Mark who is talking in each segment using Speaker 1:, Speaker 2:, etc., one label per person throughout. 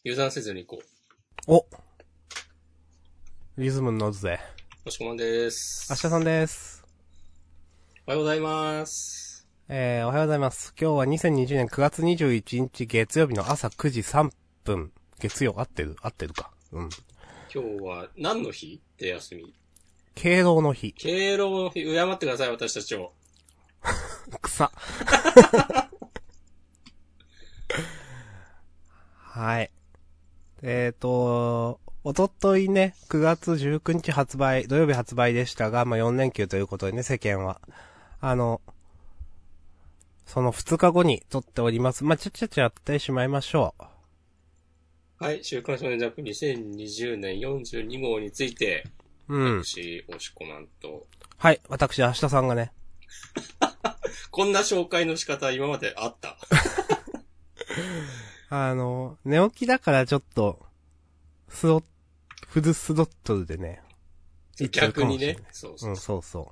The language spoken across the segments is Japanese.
Speaker 1: 油断せずに行こ
Speaker 2: お、リズムに乗るぜ。
Speaker 1: う。もしこまんです。
Speaker 2: 明日さんです。
Speaker 1: おはようございます。
Speaker 2: おはようございます。今日は2020年9月21日月曜日の朝9時3分。月曜合ってるか。うん。
Speaker 1: 今日は何の日って休み。
Speaker 2: 敬老の日。
Speaker 1: 敬老の日、敬ってください、私たちを。
Speaker 2: 草。はい。おとといね、9月19日発売、土曜日発売でしたが、まあ、4連休ということでね、世間は。その2日後に撮っております。まあ、ちゃやってしまいましょ
Speaker 1: はい、週刊少年ジャンプ2020年42号について、
Speaker 2: う。
Speaker 1: 私、おしこまんと。
Speaker 2: はい、私、明日さんがね。
Speaker 1: こんな紹介の仕方今まであった
Speaker 2: 寝起きだからちょっと、フルスロットルでね。
Speaker 1: 逆にね。そうそう。
Speaker 2: うん、そうそ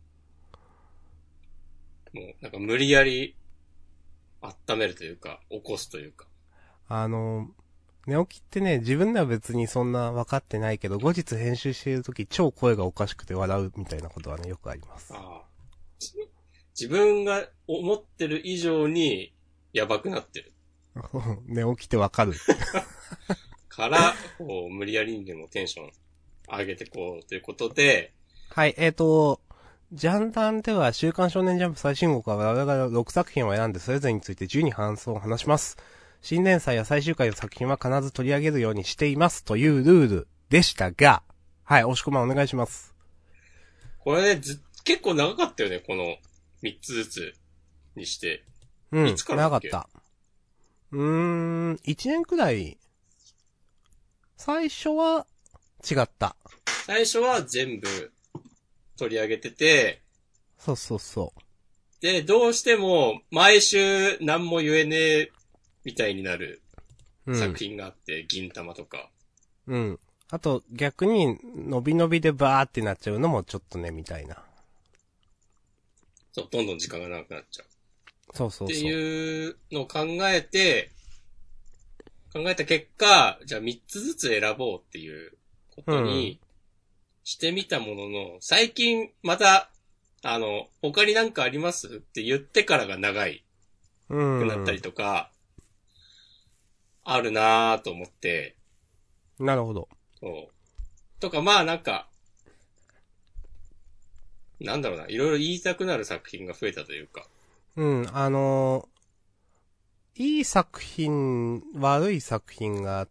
Speaker 1: もう、なんか無理やり、温めるというか、起こすというか。
Speaker 2: 寝起きってね、自分では別にそんな分かってないけど、後日編集しているとき超声がおかしくて笑うみたいなことはね、よくあります。
Speaker 1: ああ。自分が思ってる以上に、やばくなってる。
Speaker 2: 寝起きって分かる。
Speaker 1: から、こう、無理やりにでもテンション上げてこうということで。
Speaker 2: はい、ジャンダンでは週刊少年ジャンプ最新号から我々が6作品を選んでそれぞれについて10に感想を話します。新連載や最終回の作品は必ず取り上げるようにしていますというルールでしたが、はい、押し込まんお願いします。
Speaker 1: これね、結構長かったよね、この3つずつにして。
Speaker 2: うん、
Speaker 1: いつからだっけ？
Speaker 2: 長かった。1年くらい、最初は違った。
Speaker 1: 最初は全部取り上げてて、
Speaker 2: そうそうそう。
Speaker 1: で、どうしても毎週何も言えねえみたいになる作品があって、銀玉とか。
Speaker 2: うん。あと逆に伸び伸びでバーってなっちゃうのもちょっとね、みたいな。
Speaker 1: そう、どんどん時間が長くなっちゃう。
Speaker 2: そうそうそう。
Speaker 1: っていうのを考えた結果、じゃあ3つずつ選ぼうっていうことにしてみたものの、最近また、他になんかありますって言ってからが長いくなったりとか、あるなぁと思って。
Speaker 2: なるほど。
Speaker 1: とか、まあなんか、なんだろうな、いろいろ言いたくなる作品が増えたというか。
Speaker 2: うん、いい作品、悪い作品があって、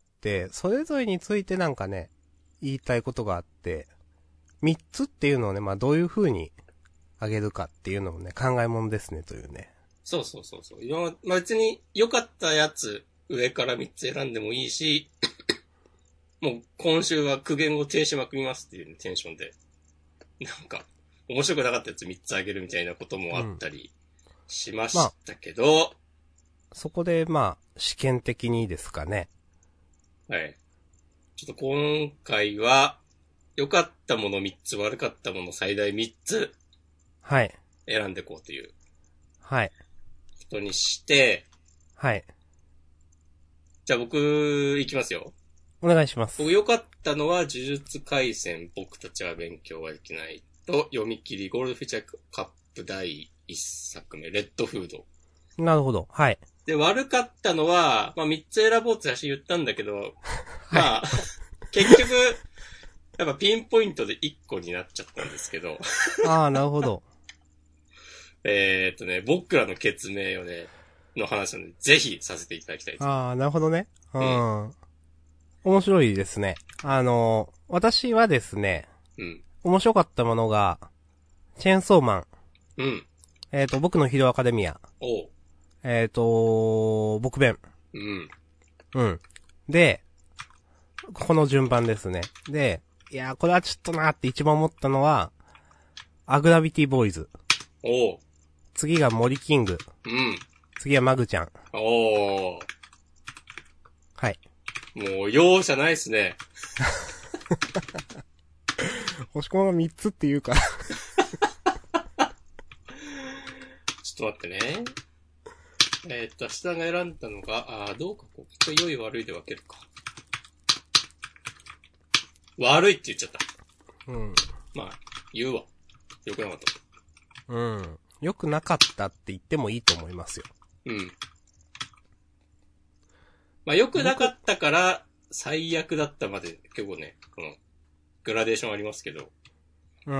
Speaker 2: それぞれについてなんかね、言いたいことがあって、3つっていうのをね、まあどういう風にあげるかっていうのもね、考えもんですねというね。
Speaker 1: そう。まあ別に良かったやつ、上から3つ選んでもいいし、もう今週は苦言を呈しまくりますっていう、ね、テンションで。なんか、面白くなかったやつ3つあげるみたいなこともあったりしましたけど、まあ、
Speaker 2: そこでまあ、試験的にですかね。
Speaker 1: はい。ちょっと今回は、良かったもの3つ、悪かったもの最大3つ。
Speaker 2: はい。
Speaker 1: 選んでいこうという。
Speaker 2: はい。
Speaker 1: ことにして、
Speaker 2: はい。
Speaker 1: じゃあ僕、いきますよ。
Speaker 2: お願いします。
Speaker 1: 僕良かったのは、呪術廻戦、僕たちは勉強はできないと、読み切り、ゴールドフィーチャーカップ第1作目、レッドフード。
Speaker 2: なるほど。はい。
Speaker 1: で、悪かったのは、まあ3つ選ぼうって最初言ったんだけど、はい、まあ、結局、やっぱピンポイントで1個になっちゃったんですけど。
Speaker 2: ああ、なるほど。
Speaker 1: 僕らの決明をね、の話なので、ぜひさせていただきたいです。
Speaker 2: ああ、なるほどね。うん。面白いですね。私はですね、面白かったものが、チェーンソーマン。僕のヒーローアカデミア。僕弁。で、この順番ですね。で、いやー、これはちょっとなーって一番思ったのは、アグラビティボーイズ。次が森キング。次はマグちゃん。はい。
Speaker 1: もう、容赦ないっすね。
Speaker 2: 星駒が3つって言うから。
Speaker 1: ちょっと待ってね。 明日が選んだのが、どうかこう、良い悪いで分けるか。悪いって言っちゃった。
Speaker 2: うん。
Speaker 1: まあ、言うわ。よくなかった。
Speaker 2: うん。良くなかったって言ってもいいと思いますよ。
Speaker 1: うん。まあ、良くなかったから、最悪だったまで、結構ね、この、グラデーションありますけど。
Speaker 2: うん。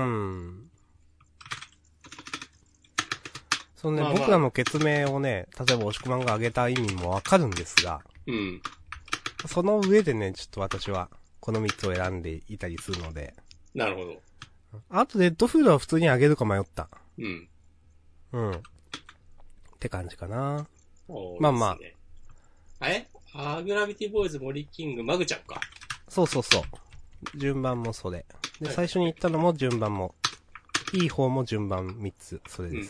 Speaker 2: そのね、
Speaker 1: まあまあ
Speaker 2: 僕らの決明をね、例えば押し込まんが挙げた意味もわかるんですが、
Speaker 1: うん。
Speaker 2: その上でね、ちょっと私は、この3つを選んでいたりするので。
Speaker 1: なるほど。
Speaker 2: あと、レッドフードは普通に挙げるか迷った。
Speaker 1: うん。
Speaker 2: うん。って感じかな。
Speaker 1: お
Speaker 2: まあまあ。
Speaker 1: いいですね、グラビティボーイズ、森キング、マグちゃんか。
Speaker 2: そうそうそう。順番もそれ。で、
Speaker 1: はい
Speaker 2: 最初に言ったのも順番も。いい方も順番3つ。それです。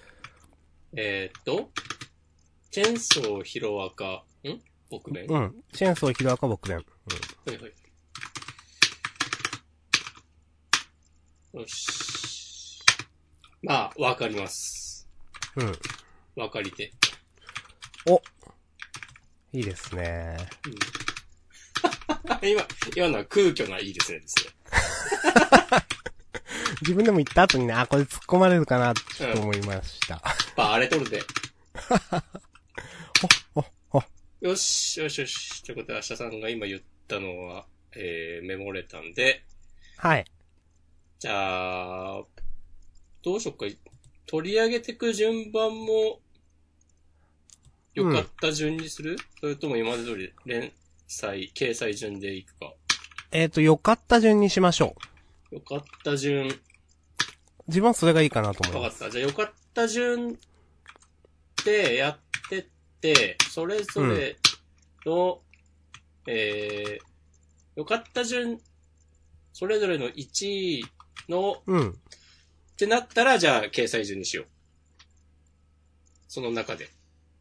Speaker 1: チェンソー、ヒロアカ、僕弁
Speaker 2: うん。チェーンソー、ヒロアカ、僕弁。
Speaker 1: はいはい。よし。まあ、わかります。
Speaker 2: うん。うん。
Speaker 1: わかりて。
Speaker 2: おいいですね。
Speaker 1: うん。今のは空虚ないいですねですね。
Speaker 2: 自分でも言った後にね、これ突っ込まれるかな、ちょっと思いました。
Speaker 1: あれ取るで。
Speaker 2: ほ。
Speaker 1: よし。ということで、明日さんが今言ったのは、メモれたんで。
Speaker 2: はい。
Speaker 1: じゃあ、どうしよっか。取り上げてく順番も、良かった順にする、それとも今まで通り連載、掲載順でいくか。
Speaker 2: 良かった順にしましょ
Speaker 1: 良かった順。
Speaker 2: 自分はそれがいいかなと思います。
Speaker 1: わかった。じゃあ良かった順でやってって、それぞれの、良かった順、それぞれの1位の、ってなったら、じゃあ掲載順にしよう。その中で。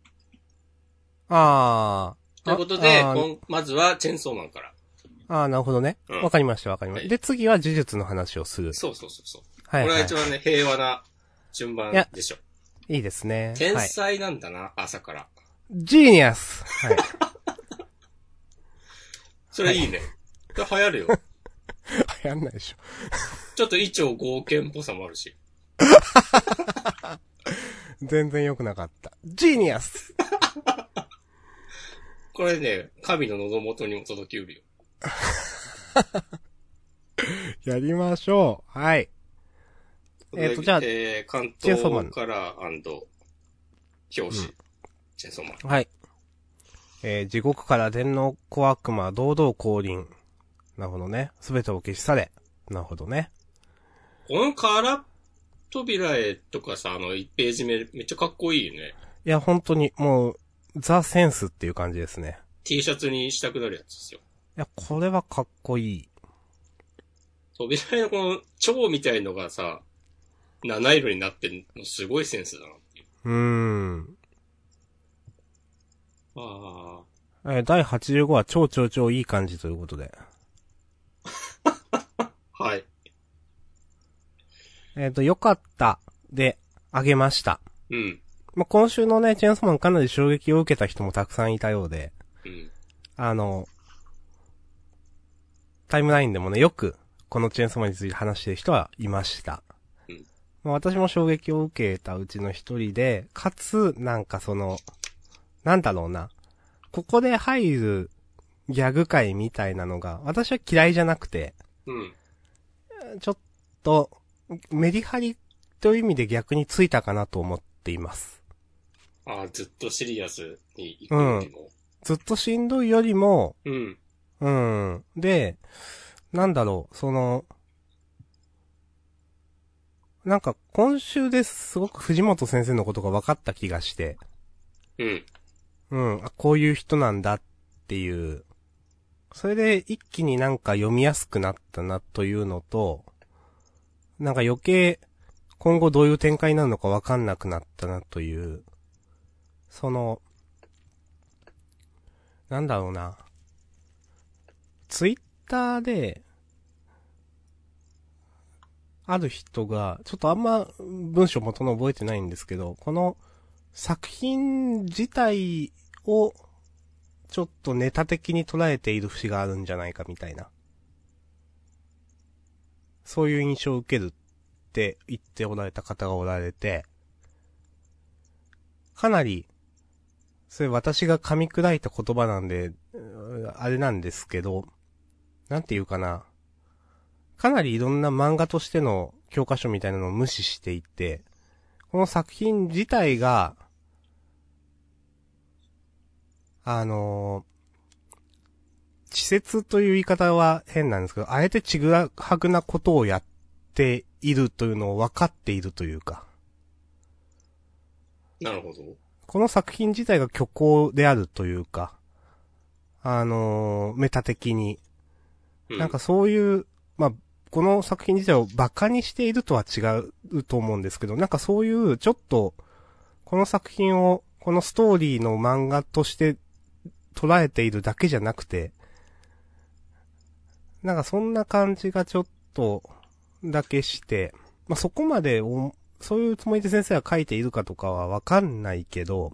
Speaker 1: ということで、まずはチェンソーマンから。
Speaker 2: なるほどね。わかりました。はい、で、次は呪術の話をする。
Speaker 1: そう。
Speaker 2: はい。
Speaker 1: これが一番ね、平和な順番でしょ。
Speaker 2: いいですね。
Speaker 1: 天才なんだな、朝から。
Speaker 2: ジーニアスはい。
Speaker 1: それいいね。これ流行るよ。
Speaker 2: 流行んないでしょ。
Speaker 1: ちょっと一丁合憲っぽさもあるし。
Speaker 2: 全然良くなかった。ジーニアス
Speaker 1: これね、神の喉元にも届きうるよ。
Speaker 2: やりましょう。はい。じゃあ、
Speaker 1: 関東カラー&表紙、チェンソーマン。
Speaker 2: はい。地獄から電脳小悪魔堂々降臨。なるほどね。すべてを消し去れ。なるほどね。
Speaker 1: このカラ扉絵とかさ、1ページ目めっちゃかっこいいよね。
Speaker 2: いや、本当に、もう、ザ・センスっていう感じですね。
Speaker 1: T シャツにしたくなるやつですよ。
Speaker 2: いや、これはかっこいい。
Speaker 1: 扉絵のこの蝶みたいのがさ、七色になってるのすごいセンスだなっていう。
Speaker 2: 第85話超いい感じということで。
Speaker 1: はい。
Speaker 2: よかったであげました。
Speaker 1: うん。
Speaker 2: まあ、今週のね、チェーンソーマンかなり衝撃を受けた人もたくさんいたようで。
Speaker 1: うん。
Speaker 2: タイムラインでもね、よくこのチェーンソーマンについて話してる人はいました。
Speaker 1: うん。
Speaker 2: まあ、私も衝撃を受けたうちの一人で、かつ、なんかなんだろうな。ここで入るギャグ界みたいなのが、私は嫌いじゃなくて、
Speaker 1: うん。
Speaker 2: ちょっと、メリハリという意味で逆についたかなと思っています。
Speaker 1: ずっとシリアスに行くよりも。
Speaker 2: ずっとしんどいよりも、
Speaker 1: うん。
Speaker 2: で、なんだろう、なんか今週ですごく藤本先生のことが分かった気がして。こういう人なんだっていう。それで一気になんか読みやすくなったなというのと、なんか余計今後どういう展開になるのか分かんなくなったなという、なんだろうな。ツイッターで、ある人が、ちょっとあんま文章元の覚えてないんですけど、この作品自体をちょっとネタ的に捉えている節があるんじゃないかみたいな。そういう印象を受けるって言っておられた方がおられて、かなり、それ私が噛み砕いた言葉なんで、あれなんですけど、なんていうかな。かなりいろんな漫画としての教科書みたいなのを無視していて、この作品自体が、稚拙という言い方は変なんですけど、あえてちぐらはぐなことをやっているというのを分かっているというか。
Speaker 1: なるほど。
Speaker 2: この作品自体が虚構であるというか、メタ的に。なんかそういう、まあ、この作品自体を馬鹿にしているとは違うと思うんですけど、なんかそういう、ちょっと、この作品を、このストーリーの漫画として捉えているだけじゃなくて、なんかそんな感じがちょっとだけして、まあ、そこまでそういうつもりで先生が書いているかとかはわかんないけど、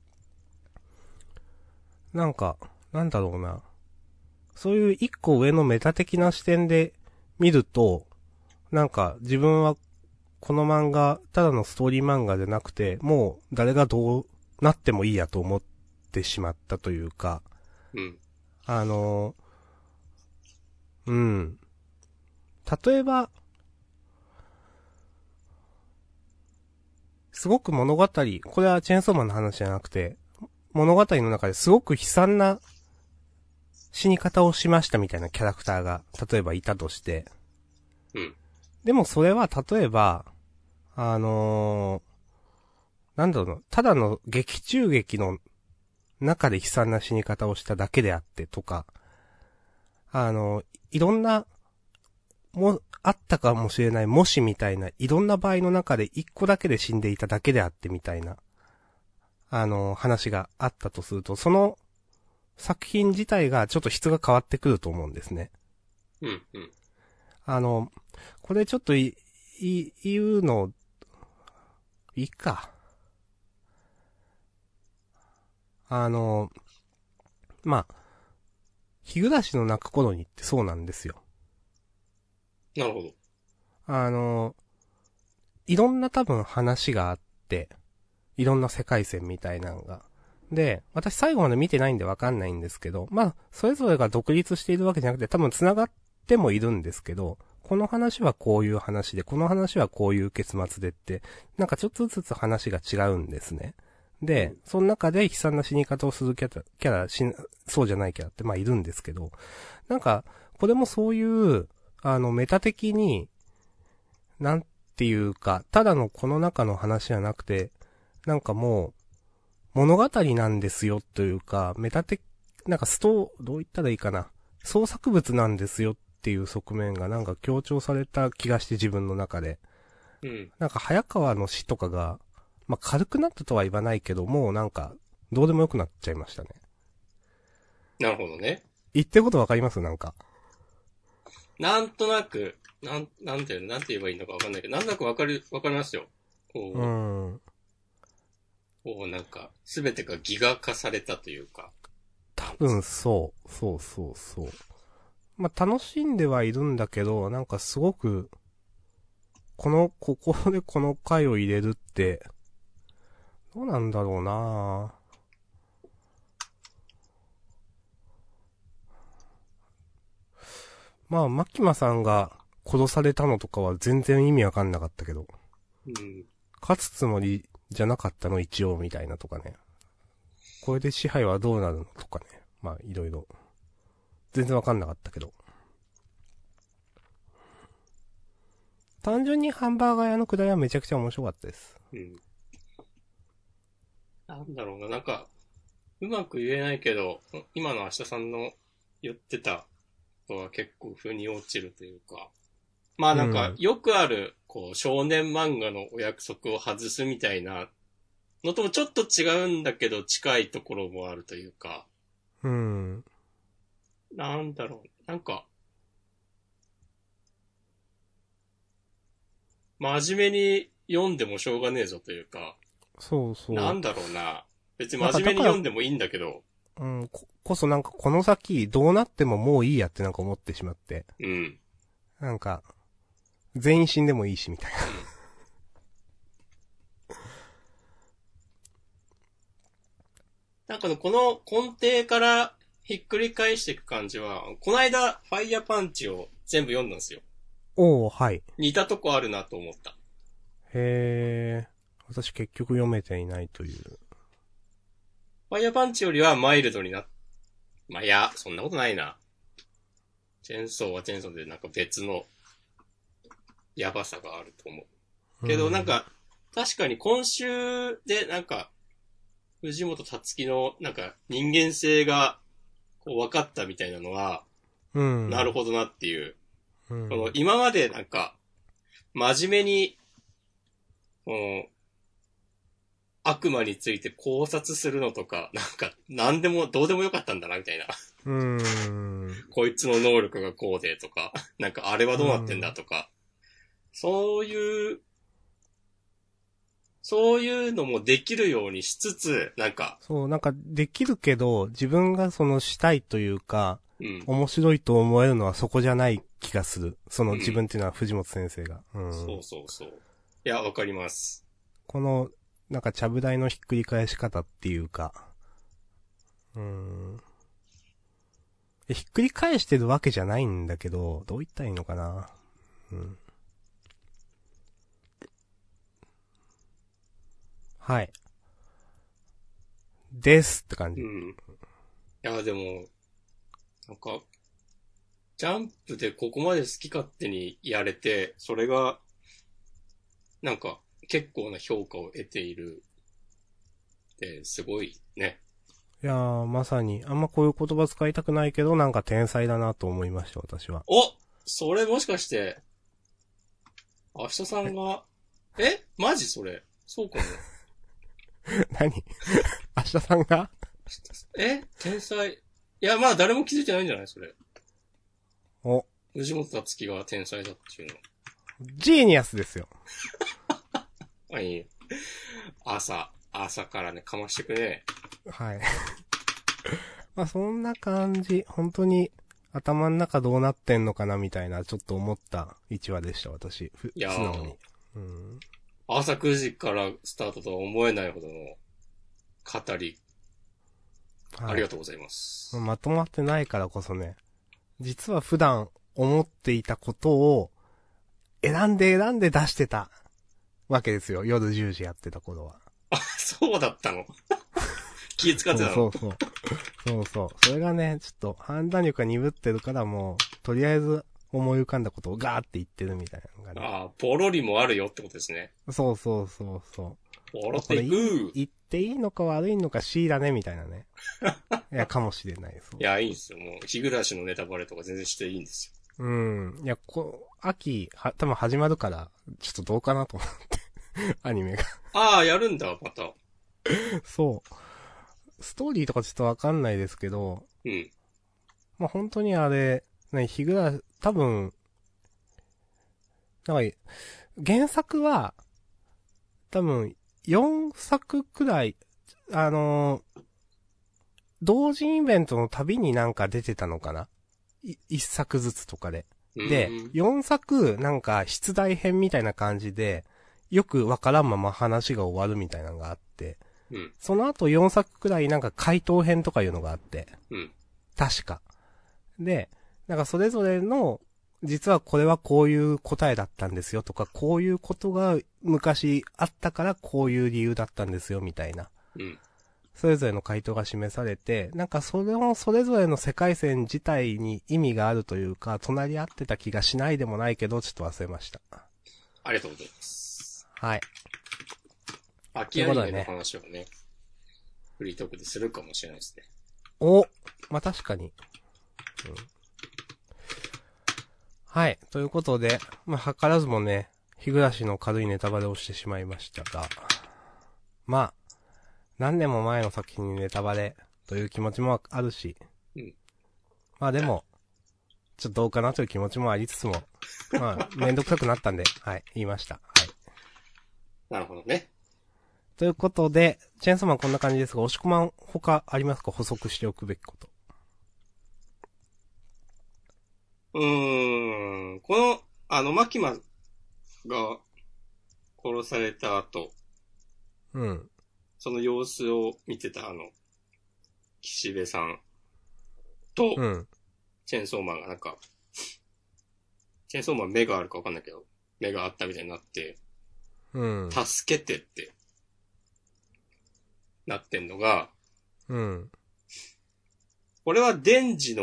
Speaker 2: なんか、なんだろうな。そういう一個上のメタ的な視点で見ると、なんか自分はこの漫画、ただのストーリー漫画じゃなくて、もう誰がどうなってもいいやと思ってしまったというか、
Speaker 1: うん。
Speaker 2: うん。例えば、すごく物語、これはチェーンソーマンの話じゃなくて、物語の中ですごく悲惨な死に方をしましたみたいなキャラクターが、例えばいたとして、
Speaker 1: うん。
Speaker 2: でもそれは例えば、なんだろうな、ただの劇中劇の中で悲惨な死に方をしただけであってとか、いろんな、あったかもしれないもしみたいないろんな場合の中で一個だけで死んでいただけであってみたいな、話があったとすると、その作品自体がちょっと質が変わってくると思うんですね。
Speaker 1: うん。うん。
Speaker 2: これちょっと言うの、いいか。まあ、日暮らしの泣く頃にってそうなんですよ。
Speaker 1: なるほど。
Speaker 2: いろんな多分話があって、いろんな世界線みたいなのが。で、私最後まで見てないんでわかんないんですけど、まあ、それぞれが独立しているわけじゃなくて多分繋がってもいるんですけど、この話はこういう話で、この話はこういう結末でって、なんかちょっとずつ話が違うんですね。で、その中で悲惨な死に方をするキャラ、そうじゃないキャラってまあいるんですけど、なんか、これもそういう、メタ的に、なんていうか、ただのこの中の話じゃなくて、なんかもう、物語なんですよというか、メタ的、なんかどう言ったらいいかな。創作物なんですよっていう側面がなんか強調された気がして自分の中で。
Speaker 1: うん。
Speaker 2: なんか早川の死とかが、まあ、軽くなったとは言わないけど、もうなんか、どうでもよくなっちゃいましたね。
Speaker 1: なるほどね。
Speaker 2: 言ってることわかりますなんか。
Speaker 1: なんとなく、なんて言えばいいのかわかんないけど、なんとなくわかりますよ。こ
Speaker 2: う
Speaker 1: う、
Speaker 2: ん。
Speaker 1: なんか、すべてがギガ化されたというか。
Speaker 2: 多分そう。そうそうそう。まあ、楽しんではいるんだけど、なんかすごく、ここでこの回を入れるって、どうなんだろうなまあ、マキマさんが殺されたのとかは全然意味わかんなかったけど、
Speaker 1: うん。
Speaker 2: 勝つつもりじゃなかったの一応みたいなとかね。これで支配はどうなるのとかね。まあ、いろいろ。全然わかんなかったけど。単純にハンバーガー屋のくだりはめちゃくちゃ面白かったです。
Speaker 1: うん。なんだろうな、なんか、うまく言えないけど、今の明日さんの言ってたのは結構腑に落ちるというか、まあなんか、
Speaker 2: うん。
Speaker 1: よくある、こう、少年漫画のお約束を外すみたいなのともちょっと違うんだけど、近いところもあるというか、
Speaker 2: うん。
Speaker 1: なんだろう、なんか、真面目に読んでもしょうがねえぞというか、
Speaker 2: そうそう。
Speaker 1: なんだろうな。別に真面目に読んでもいいんだけど。
Speaker 2: うん、こそなんかこの先どうなってももういいやってなんか思ってしまって。
Speaker 1: うん。
Speaker 2: なんか、全員死んでもいいしみたいな。
Speaker 1: なんかこの根底からひっくり返していく感じは、この間、ファイヤーパンチを全部読んだんですよ。
Speaker 2: おー、はい。
Speaker 1: 似たとこあるなと思った。
Speaker 2: へー。私結局読めていないという。
Speaker 1: ファイヤーパンチよりはマイルドにまあ、いや、そんなことないな。チェンソーはチェンソーでなんか別のやばさがあると思う。けどなんか、確かに今週でなんか、藤本達樹のなんか人間性がこう分かったみたいなのは、
Speaker 2: うん。
Speaker 1: なるほどなっていう。
Speaker 2: うん、
Speaker 1: この今までなんか、真面目に、この、悪魔について考察するのとか、なんか、なんでも、どうでもよかったんだな、みたいな。こいつの能力がこうでとか、なんかあれはどうなってんだとか、そういうのもできるようにしつつ、なんか、
Speaker 2: そう、なんかできるけど、自分がそのしたいというか、
Speaker 1: うん。
Speaker 2: 面白いと思えるのはそこじゃない気がする。その
Speaker 1: うん
Speaker 2: 自分っていうのは藤本先生が。
Speaker 1: そうそうそう。いや、わかります。
Speaker 2: この、なんかちゃぶ台のひっくり返し方っていうか、ひっくり返してるわけじゃないんだけど、どう言ったらいいのかな。はい。ですって感じ。
Speaker 1: うん。いや、でも、なんか、ジャンプでここまで好き勝手にやれて、それが、なんか、結構な評価を得ているって、すごいね。
Speaker 2: いやー、まさに、あんまこういう言葉使いたくないけど、なんか天才だなと思いました、私は。
Speaker 1: おそれもしかして、明日さんが、マジそれそうかも。
Speaker 2: 何明日さんが
Speaker 1: 天才。いや、まあ誰も気づいてないんじゃないそれ。
Speaker 2: お、
Speaker 1: 藤本達樹が天才だっていうの。
Speaker 2: ジーニアスですよ。
Speaker 1: あ、いい。朝からね、かましてくね。
Speaker 2: はい。まあそんな感じ、本当に頭の中どうなってんのかなみたいな、ちょっと思った1話でした、私。
Speaker 1: いや
Speaker 2: 素直に。
Speaker 1: 朝9時からスタートとは思えないほどの語り、
Speaker 2: はい、
Speaker 1: ありがとうございます。
Speaker 2: まとまってないからこそね、実は普段思っていたことを選んで出してたわけですよ。夜10時やってた頃は。
Speaker 1: あ、そうだったの気使ってたの
Speaker 2: そう。それがね、ちょっと判断力が鈍ってるからもう、とりあえず思い浮かんだことをガーって言ってるみたいなのがね。
Speaker 1: ああ、ポロリもあるよってことですね。
Speaker 2: そう。
Speaker 1: ポロっていく。
Speaker 2: 言っていいのか悪いのか C だね、みたいなね。いや、かもしれない。
Speaker 1: いや、いいんですよ。もう、日暮らしのネタバレとか全然していいんです
Speaker 2: よ。いや、秋、多分始まるから、ちょっとどうかなと思って。アニメが。
Speaker 1: ああ、やるんだ、また。
Speaker 2: そう。ストーリーとかちょっとわかんないですけど、まあ、本当にあれ、多分、なんか、原作は、多分、4作くらい、同人イベントの旅になんか出てたのかな1作ずつとかで。で、4作、なんか、出題編みたいな感じで、よくわからんまま話が終わるみたいなのがあって、その後4作くらいなんか回答編とかいうのがあって、確か。で、なんかそれぞれの、実はこれはこういう答えだったんですよとか、こういうことが昔あったからこういう理由だったんですよみたいな。それぞれの回答が示されて、なんかそれぞれの世界線自体に意味があるというか、隣り合ってた気がしないでもないけど、ちょっと忘れました。
Speaker 1: ありがとうございます。
Speaker 2: はい。
Speaker 1: 秋アニメの話をね、フリートークでするかもしれないですね。
Speaker 2: まあ、確かに。はい。ということで、まあ、図らずもね、日暮らしの軽いネタバレをしてしまいましたが、まあ、何年も前の作品にネタバレという気持ちもあるし、まあでも、ちょっとどうかなという気持ちもありつつも、まあ、めんどくさくなったんで、はい、言いました。はい。
Speaker 1: なるほどね。
Speaker 2: ということで、チェーンソーマンこんな感じですが、押し込まん他ありますか？補足しておくべきこと。
Speaker 1: この、マキマが殺された後、
Speaker 2: うん。
Speaker 1: その様子を見てた岸辺さんと、
Speaker 2: うん。
Speaker 1: チェーンソーマンがなんか、チェーンソーマン目があるかわかんないけど、目があったみたいになって、
Speaker 2: うん。
Speaker 1: 助けてってなってんのが、
Speaker 2: うん。
Speaker 1: これはデンジの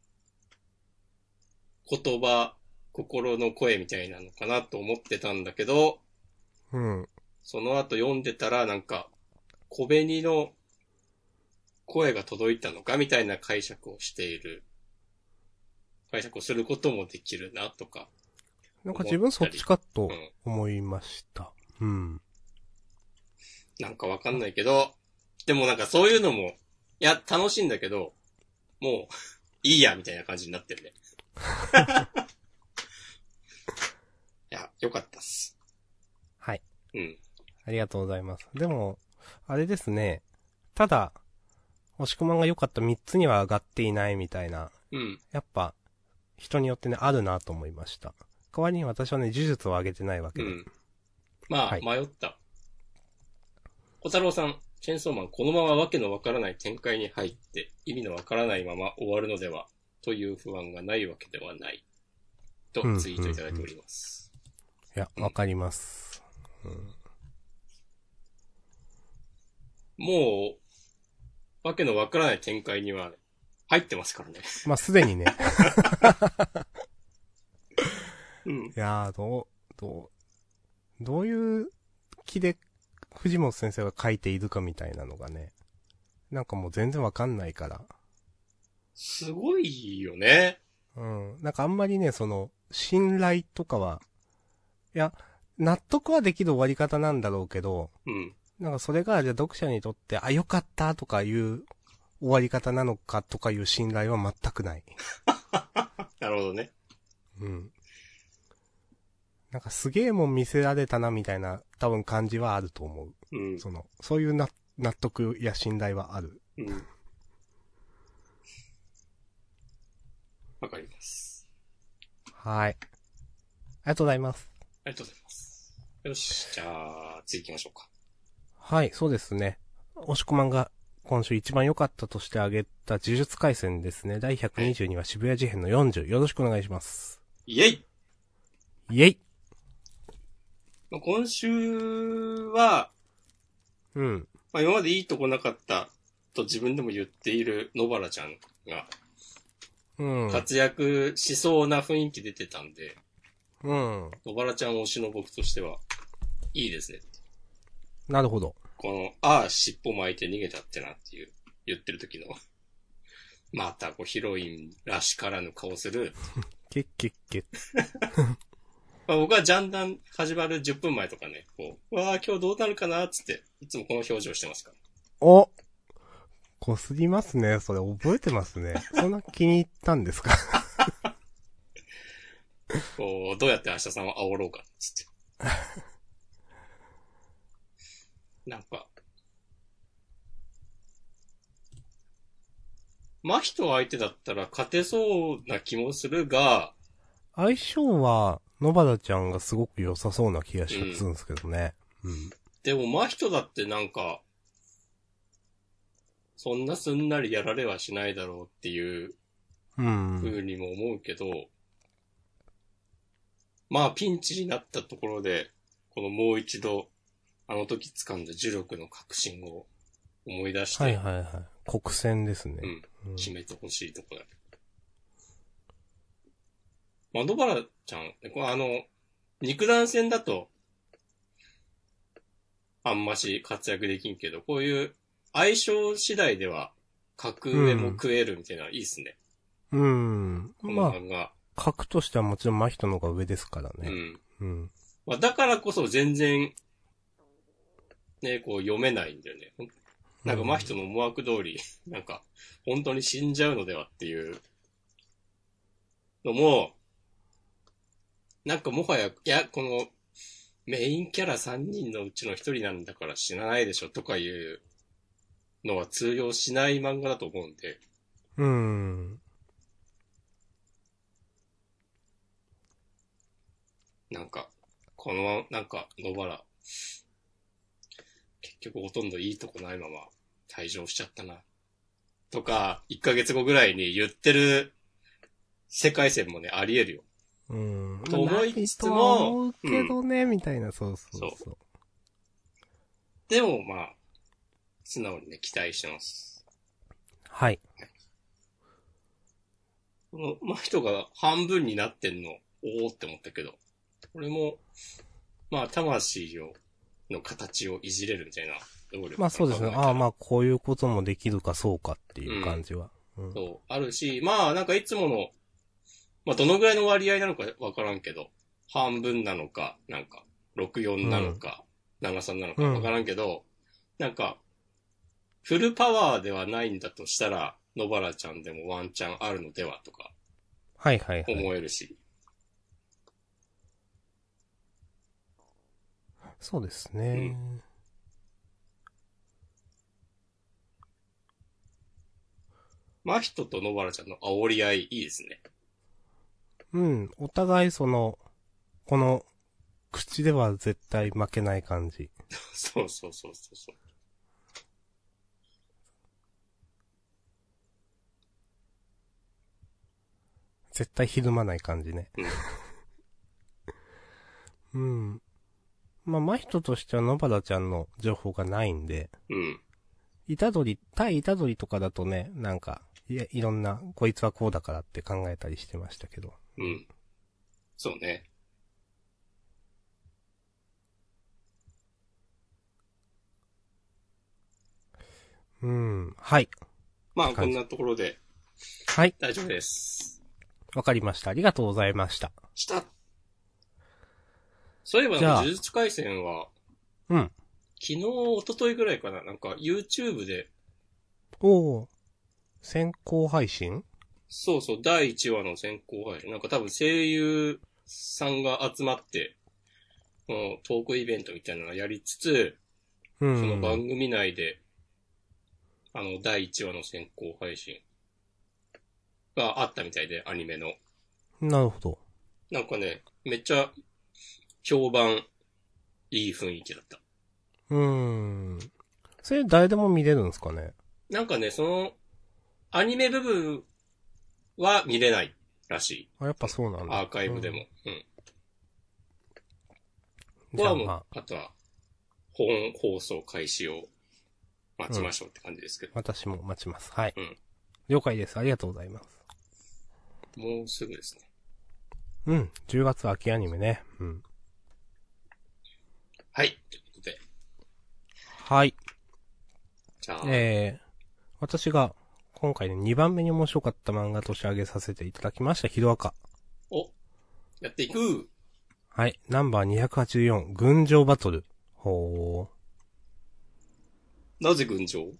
Speaker 1: 言葉、心の声みたいなのかなと思ってたんだけど、
Speaker 2: うん。
Speaker 1: その後読んでたらなんか、小紅の声が届いたのかみたいな解釈をしている。解釈をすることもできるなとか。
Speaker 2: なんか自分そっちかと
Speaker 1: うん。
Speaker 2: 思いました。うん。
Speaker 1: なんかわかんないけど、でもなんかそういうのも、いや、楽しいんだけど、もう、いいや、みたいな感じになってるね。いや、よかったっす。
Speaker 2: はい。
Speaker 1: うん。
Speaker 2: ありがとうございます。でも、あれですね。ただ、押し込まんが良かった3つには上がっていないみたいな。
Speaker 1: うん。
Speaker 2: やっぱ、人によってね、あるなと思いました。代わりに私はね、呪術を上げてないわけで。
Speaker 1: うん。まあ、
Speaker 2: はい。
Speaker 1: 迷った。小太郎さん、チェーンソーマン、このままわけのわからない展開に入って、意味のわからないまま終わるのでは、という不安がないわけではない。と
Speaker 2: うん、うん、
Speaker 1: ツイートいただいてお
Speaker 2: うん。
Speaker 1: ります。
Speaker 2: いや、
Speaker 1: うん、
Speaker 2: わかります。うん。
Speaker 1: もう、わけのわからない展開には入ってますからね。
Speaker 2: まあ、すでにね。
Speaker 1: うん。
Speaker 2: いやー、どういう気で藤本先生が書いているかみたいなのがね。なんかもう全然わかんないから。
Speaker 1: すごいよね。
Speaker 2: うん。なんかあんまりね、信頼とかは、いや、納得はできる終わり方なんだろうけど、
Speaker 1: うん。
Speaker 2: なんかそれが、じゃあ読者にとって、あ、よかったとかいう終わり方なのかとかいう信頼は全くない。
Speaker 1: なるほどね。
Speaker 2: うん。なんかすげえもん見せられたなみたいな多分感じはあると思う。
Speaker 1: うん。
Speaker 2: そういう納得や信頼はある。
Speaker 1: うん。わかります。
Speaker 2: はい。ありがとうございます。
Speaker 1: ありがとうございます。よし、じゃあ、次行きましょうか。
Speaker 2: はい、そうですね。押し込まんが今週一番良かったとして挙げた呪術回戦ですね。第
Speaker 1: はい。
Speaker 2: 122話渋谷事変の40。よろしくお願いします。
Speaker 1: イェイ
Speaker 2: イェイ。
Speaker 1: 今週は、
Speaker 2: うん。
Speaker 1: まあ、今までいいとこなかったと自分でも言っている野原ちゃんが
Speaker 2: うん。
Speaker 1: 活躍しそうな雰囲気出てたんで、
Speaker 2: うん。
Speaker 1: 野原ちゃん推しの僕としてはいいですね。
Speaker 2: なるほど。
Speaker 1: この、尻尾巻いて逃げたってなっていう言ってる時の、またヒロインらしからぬ顔する。
Speaker 2: けっけっけ。
Speaker 1: まあ、僕はジャンダン始まる10分前とかね、今日どうなるかなっつって、いつもこの表情してますから。
Speaker 2: おこすりますね。それ覚えてますね。そんな気に入ったんですか？
Speaker 1: どうやって明日さんを煽ろうかっつって。なんか、真人相手だったら勝てそうな気もするが、
Speaker 2: 相性は、野原ちゃんがすごく良さそうな気がする
Speaker 1: うん。
Speaker 2: んですけどね。うん。
Speaker 1: でも真人だってなんか、そんなすんなりやられはしないだろうっていう
Speaker 2: うん。
Speaker 1: 風にも思うけど、まあピンチになったところで、このもう一度、あの時掴んだ呪力の確信を思い出し
Speaker 2: はい
Speaker 1: て、
Speaker 2: はいはい。国戦ですね。
Speaker 1: うん、
Speaker 2: うん。
Speaker 1: 決めてほしいところだ。まあ、野原ちゃん、これ肉弾戦だと、あんまし活躍できんけど、こういう相性次第では、格上も
Speaker 2: うん。
Speaker 1: 食えるみたいなのいいっすね。
Speaker 2: うん。
Speaker 1: この
Speaker 2: まあ、
Speaker 1: 漫画。
Speaker 2: 格としてはもちろん真人の方が上ですからね。
Speaker 1: うん。
Speaker 2: うん。
Speaker 1: まあ、だからこそ全然、ね、読めないんだよね。なんか真
Speaker 2: うん。
Speaker 1: 人の思惑通り、なんか、本当に死んじゃうのではっていうのも、なんかもはや、いや、この、 メインキャラ3人のうちの1人なんだから死なないでしょとかいうのは通用しない漫画だと思うんで。なんか、この、なんか、野原、結局ほとんどいいとこないまま退場しちゃったな。とか、1ヶ月後ぐらいに言ってる世界線もね、あり得るよ。と思いつつも、
Speaker 2: 思うけどね、みたいな、そう。
Speaker 1: でもまあ、素直にね、期待してます。
Speaker 2: はい。
Speaker 1: この人が半分になってんの、おーって思ったけど、これも、まあ、魂の形をいじれるみたいな能力。
Speaker 2: まあそうですね。まあこういうこともできるかそうかっていう感じは。
Speaker 1: そう、あるし、まあなんかいつもの、まあどのぐらいの割合なのかわからんけど、半分なのか、なんか、64なのか、73なのかわからんけど、なんか、フルパワーではないんだとしたら、野原ちゃんでもワンチャンあるのではとか、思えるし。
Speaker 2: そうですね。
Speaker 1: 真人と野原ちゃんの煽り合いいいですね。
Speaker 2: お互いこの、口では絶対負けない感じ。
Speaker 1: そう。
Speaker 2: 絶対ひるまない感じね。まあ、真人としては野原ちゃんの情報がないんで。対虎杖とかだとね、なんか、いろんな、こいつはこうだからって考えたりしてましたけど。
Speaker 1: そうね。
Speaker 2: はい。
Speaker 1: まあ、こんなところで。
Speaker 2: はい。
Speaker 1: 大丈夫です。
Speaker 2: わかりました。ありがとうございました。
Speaker 1: そういえば、呪術廻戦は、
Speaker 2: 昨
Speaker 1: 日、一昨日ぐらいかな、なんか YouTube で。
Speaker 2: 先行配信？
Speaker 1: そう、第1話の先行配信。なんか多分声優さんが集まって、トークイベントみたいなのをやりつつ、その番組内で、第1話の先行配信があったみたいで、アニメの。
Speaker 2: なるほど。
Speaker 1: なんかね、めっちゃ、評判、いい雰囲気だった。
Speaker 2: それ誰でも見れるんですかね？
Speaker 1: なんかね、その、アニメ部分は見れないらしい。
Speaker 2: やっぱそうなんだ。
Speaker 1: アーカイブでも。
Speaker 2: じゃあ
Speaker 1: あとは、本放送開始を待ちましょうって感じですけど。
Speaker 2: 私も待ちます。はい。了解です。ありがとうございます。
Speaker 1: もうすぐです
Speaker 2: ね。10月秋アニメね。
Speaker 1: はい。ということで。
Speaker 2: はい。
Speaker 1: じゃあ。
Speaker 2: 私が、今回ね、2番目に面白かった漫画として挙げさせていただきました、ヒロアカ。
Speaker 1: やっていく。
Speaker 2: はい。ナンバー284、群青バトル。
Speaker 1: なぜ群青？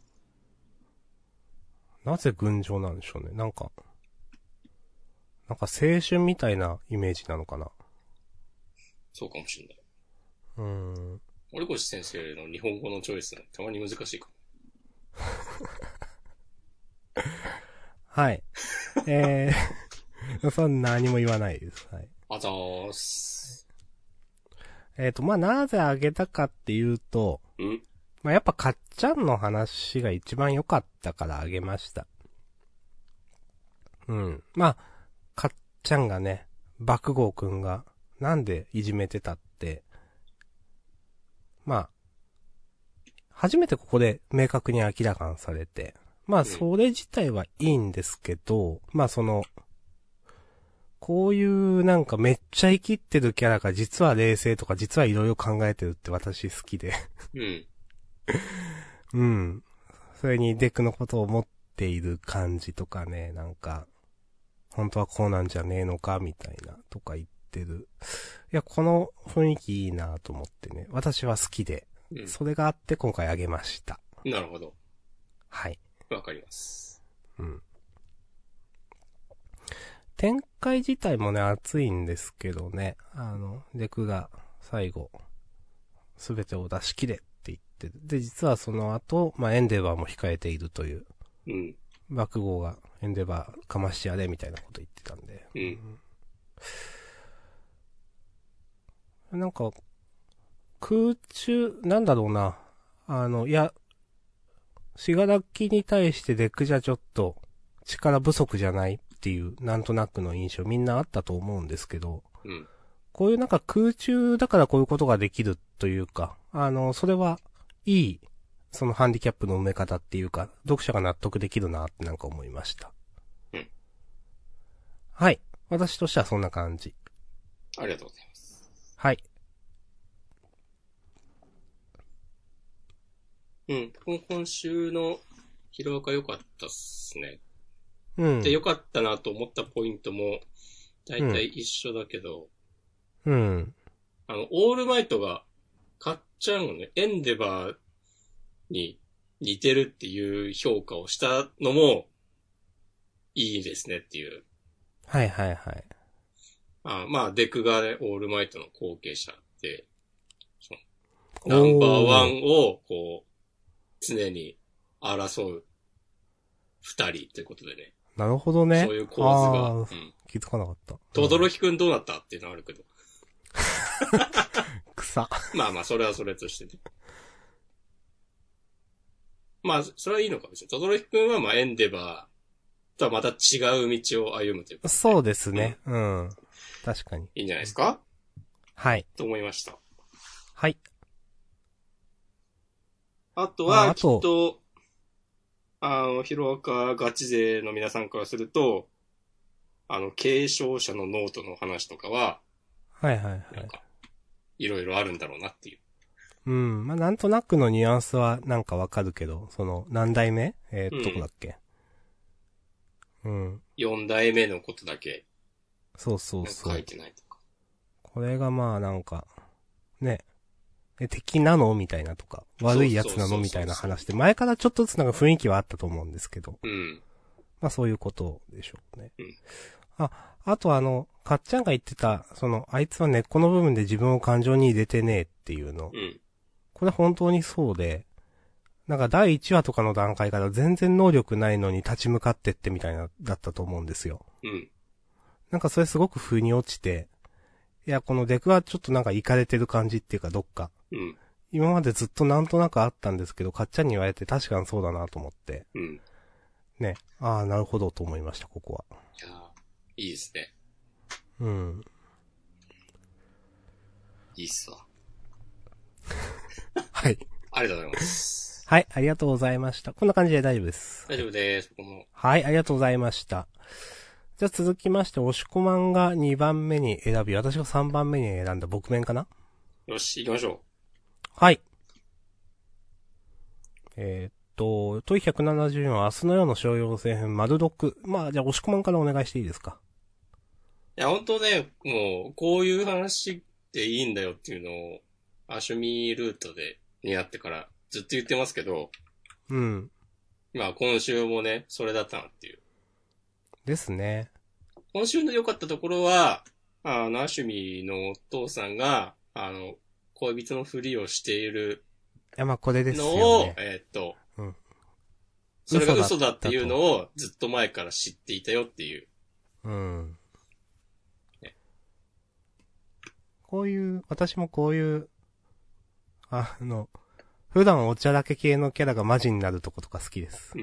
Speaker 2: なぜ群青なんでしょうね。なんか青春みたいなイメージなのかな。
Speaker 1: そうかもしれない。森越先生の日本語のチョイス、たまに難しいかも。
Speaker 2: はい。そんな何も言わないです。はい。
Speaker 1: あざーす。
Speaker 2: まあ、なぜあげたかっていうと、まあ、やっぱかっちゃんの話が一番良かったからあげました。まあ、かっちゃんがね、爆豪くんがなんでいじめてたって、まあ、初めてここで明確に明らかにされて、まあ、それ自体はいいんですけど、まあ、こういうなんかめっちゃ生きってるキャラが実は冷静とか実はいろいろ考えてるって私好きで。それにデクのことを思っている感じとかね、なんか、本当はこうなんじゃねえのかみたいなとか言ってる。いや、この雰囲気いいなと思ってね、私は好きで、それがあって今回あげました。
Speaker 1: なるほど。
Speaker 2: はい。
Speaker 1: わかります。
Speaker 2: 展開自体もね、熱いんですけどね。デクが最後、 すべてを出し切れって言って、で、実はその後、まあ、エンデバーも控えているという、
Speaker 1: うん。
Speaker 2: 爆豪がエンデバーかましてやれみたいなこと言ってたんで。
Speaker 1: うん。
Speaker 2: なんか、空中、なんだろうな。いや、シガラキに対してデクじゃちょっと力不足じゃないっていう、なんとなくの印象みんなあったと思うんですけど、
Speaker 1: うん。
Speaker 2: こういうなんか空中だからこういうことができるというか、それはいい、そのハンディキャップの埋め方っていうか、読者が納得できるなってなんか思いました。
Speaker 1: うん。
Speaker 2: はい。私としてはそんな感じ。
Speaker 1: ありがとうございます。
Speaker 2: はい。
Speaker 1: うん。今週のヒロアカ良かったっすね。
Speaker 2: うん。
Speaker 1: で、良かったなと思ったポイントも、だいたい一緒だけど、
Speaker 2: うん。
Speaker 1: オールマイトが、かっちゃんをね、エンデバーに似てるっていう評価をしたのも、いいですねっていう。
Speaker 2: はいはいはい。
Speaker 1: まあ、デクがね、オールマイトの後継者で、そのナンバーワンを、こう、常に争う二人ということでね。
Speaker 2: なるほどね。
Speaker 1: そういう構図が。うん。
Speaker 2: 気づかなかった。
Speaker 1: トドロヒくんどうなったっていうのはあるけど。
Speaker 2: 草。
Speaker 1: まあまあ、それはそれとしてね。まあ、それはいいのかもしれない。トドロヒくんはまあ、エンデバーとはまた違う道を歩むというか、ね。
Speaker 2: そうですね。うん。確かに。
Speaker 1: いいんじゃないですか？
Speaker 2: はい。
Speaker 1: と思いました。
Speaker 2: はい。
Speaker 1: あとは、きっと、ヒロアカガチ勢の皆さんからすると、継承者のノートの話とかは、
Speaker 2: はいはいはい。
Speaker 1: なんか、いろいろあるんだろうなっていう。
Speaker 2: うん。まあ、なんとなくのニュアンスはなんかわかるけど、その、何代目どこだっけ？うん。
Speaker 1: 4代目のことだけ、
Speaker 2: そうそうそう。
Speaker 1: 書いてないとか。
Speaker 2: これがまあなんか、ね。敵なのみたいなとか、悪いやつなのみたいな話で、前からちょっとずつなんか雰囲気はあったと思うんですけど。
Speaker 1: うん。
Speaker 2: まあそういうことでしょうね。
Speaker 1: うん。
Speaker 2: あとかっちゃんが言ってた、あいつは根っこの部分で自分を感情に入れてねえっていうの。
Speaker 1: うん。
Speaker 2: これ本当にそうで、なんか第1話とかの段階から全然能力ないのに立ち向かってってみたいな、だったと思うんですよ。
Speaker 1: うん。
Speaker 2: なんかそれすごく腑に落ちて、いや、このデクはちょっとなんかイカれてる感じっていうかどっか。
Speaker 1: うん。
Speaker 2: 今までずっとなんとなくあったんですけど、かっちゃんに言われて確かにそうだなと思って。
Speaker 1: うん。
Speaker 2: ね。ああ、なるほどと思いました、ここは。
Speaker 1: いやいいですね。
Speaker 2: うん。
Speaker 1: いいっすわ。
Speaker 2: はい。
Speaker 1: ありがとうございます。
Speaker 2: はい、ありがとうございました。こんな感じで大丈夫です。
Speaker 1: 大丈夫です。僕も。
Speaker 2: はい、ありがとうございました。じゃあ続きまして、押し込まんが2番目に選び、私が3番目に選んだ僕面かな？
Speaker 1: よし、行きましょ
Speaker 2: はい。問い174は明日の夜の商用性編、丸6。まあ、じゃあ押し込まんからお願いしていいですか？
Speaker 1: う。いや、本当ね、もう、こういう話でいいんだよっていうのを、アシュミルートで、になってからずっと言ってますけど、
Speaker 2: うん。
Speaker 1: まあ今週もね、それだったなっていう。
Speaker 2: ですね。
Speaker 1: 今週の良かったところは、アシュミのお父さんが、恋人のふりをしている
Speaker 2: いや、まあこれです
Speaker 1: のを、
Speaker 2: よね。うん。
Speaker 1: それが嘘だっていうのをずっと前から知っていたよっていう。
Speaker 2: うん。
Speaker 1: ね、
Speaker 2: こういう、私もこういう、普段お茶だけ系のキャラがマジになるとことか好きです。
Speaker 1: うん。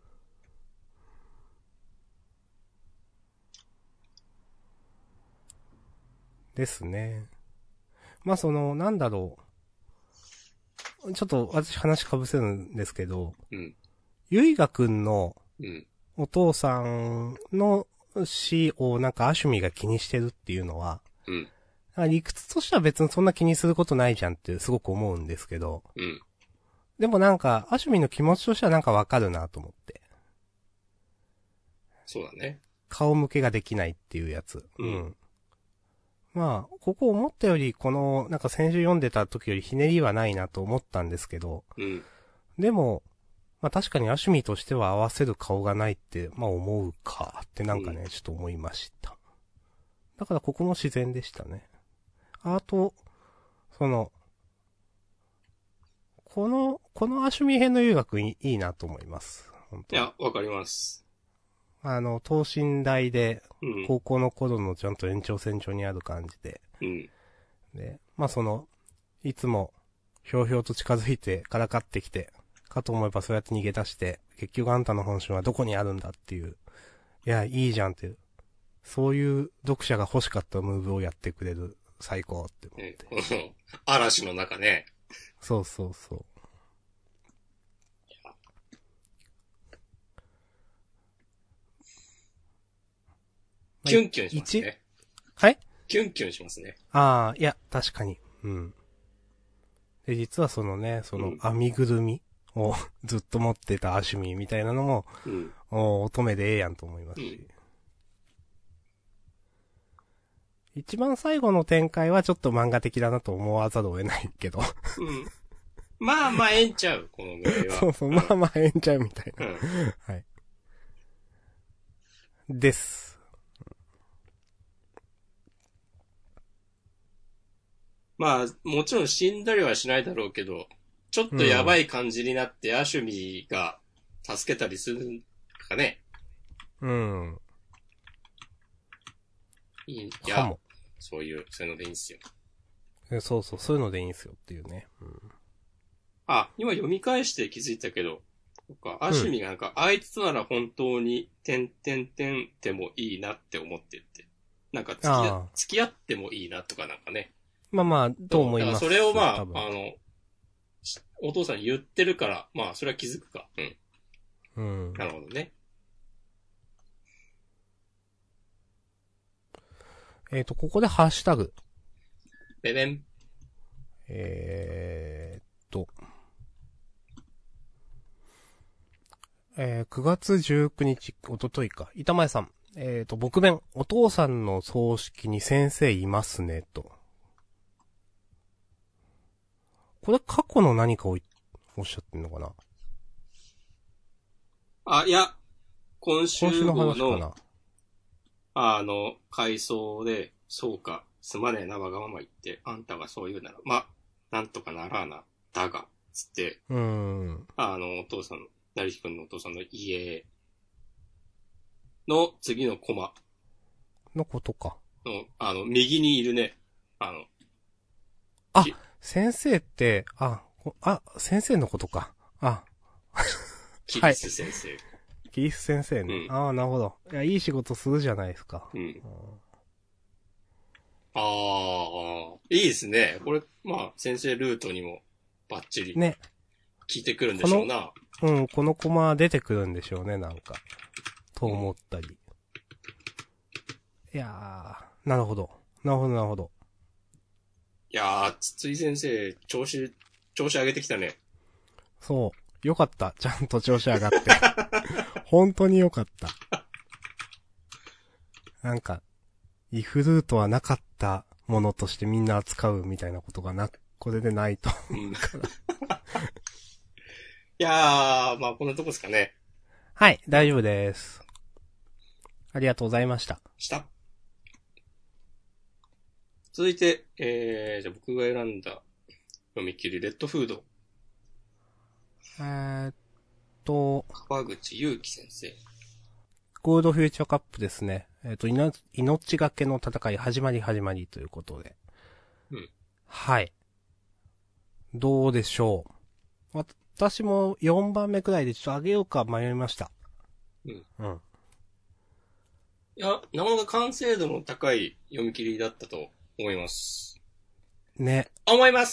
Speaker 2: ですね。まあなんだろう。ちょっと私話被せるんですけど、
Speaker 1: うん。
Speaker 2: ゆいがくんの
Speaker 1: うん。
Speaker 2: お父さんの死をなんかアシュミが気にしてるっていうのは、
Speaker 1: うん。
Speaker 2: 理屈としては別にそんな気にすることないじゃんってすごく思うんですけど、
Speaker 1: うん。
Speaker 2: でもなんか、アシュミの気持ちとしてはなんかわかるなと思って。
Speaker 1: そうだね。
Speaker 2: 顔向けができないっていうやつ。
Speaker 1: うん。
Speaker 2: まあ、ここ思ったより、なんか先週読んでた時よりひねりはないなと思ったんですけど、
Speaker 1: うん。
Speaker 2: でも、まあ確かにアシュミとしては合わせる顔がないって、まあ思うかってなんかね、ちょっと思いました。だからここも自然でしたね。あと、 このアシュミ編の遊学いいなと思います。本当
Speaker 1: いや、わかります。
Speaker 2: 等身大で、
Speaker 1: うん。
Speaker 2: 高校の頃のちゃんと延長線上にある感じで。
Speaker 1: うん。
Speaker 2: で、まあいつも、ひょうひょうと近づいてからかってきて、かと思えばそうやって逃げ出して、結局あんたの本心はどこにあるんだっていう。いや、いいじゃんっていう。そういう読者が欲しかったムーブをやってくれる最高って思って。
Speaker 1: この嵐の中ね。
Speaker 2: そうそうそう。
Speaker 1: キュンキュンしますね。
Speaker 2: はい？
Speaker 1: キュンキュンしますね。
Speaker 2: ああ、いや、確かに。うん。で、実は編みぐるみをずっと持ってたアシュミみたいなのも、
Speaker 1: うん。
Speaker 2: 乙女でええやんと思いますし。一番最後の展開はちょっと漫画的だなと思わざるを得ないけど。
Speaker 1: うん。まあまあ、ええんちゃう、このぐらいは。
Speaker 2: そうそう、まあまあええんちゃうみたいな。
Speaker 1: うん。
Speaker 2: はい。です。
Speaker 1: まあ、もちろん死んだりはしないだろうけど、ちょっとやばい感じになって、アシュミが助けたりするかね。
Speaker 2: うん。
Speaker 1: い
Speaker 2: かも。
Speaker 1: そういうのでいいんすよ。
Speaker 2: そうそう、そういうのでいいんすよっていうね。うん、
Speaker 1: あ、今読み返して気づいたけど、アシュミがあいつとなら本当に、てもいいなって思ってて。付き合ってもいいなとかね。
Speaker 2: まあまあ、と思います。
Speaker 1: だからそれをお父さんに言ってるから、まあ、それは気づくか。うん。なるほどね。
Speaker 2: ここでハッシュタグ。
Speaker 1: ベベン。
Speaker 2: 9月19日、おとといか。板前さん。僕弁、お父さんの葬式に先生いますね、と。これ過去の何かをおっしゃってんのかな？
Speaker 1: あ、いや、今週
Speaker 2: の
Speaker 1: 号
Speaker 2: 話かな。
Speaker 1: 回想で、そうか、すまねえな、わがまま言って、あんたがそう言うなら、ま、なんとかならな、だが、つって、お父さん、成木くんのお父さんの家の次のコマ。
Speaker 2: のことか。
Speaker 1: 右にいるね、
Speaker 2: 先生って、先生のことか。
Speaker 1: キリス先生。
Speaker 2: キリス先生ね。なるほど。いや、いい仕事するじゃないですか。
Speaker 1: いいですね。これ、まあ、先生ルートにもバッチリ。ね。聞いてくるんでしょうな。
Speaker 2: このコマ出てくるんでしょうね、なんか。と思ったり。いやー、なるほど。なるほど。
Speaker 1: いやー、筒井先生、調子上げてきたね。
Speaker 2: そう。よかった。ちゃんと調子上がって。本当によかった。なんか、イフルートはなかったものとしてみんな扱うみたいなことがこれでないと。
Speaker 1: いやー、まあこんなとこですかね。
Speaker 2: はい、大丈夫です。ありがとうございました。
Speaker 1: 続いて、じゃあ僕が選んだ読み切り、レッドフード。川口祐希先生。
Speaker 2: ゴールドフューチャーカップですね。命がけの戦い始まりということで。はい。どうでしょう。私も4番目くらいでちょっと上げようか迷いました。
Speaker 1: いや、なかなか完成度の高い読み切りだったと思います。
Speaker 2: ね。
Speaker 1: 思います。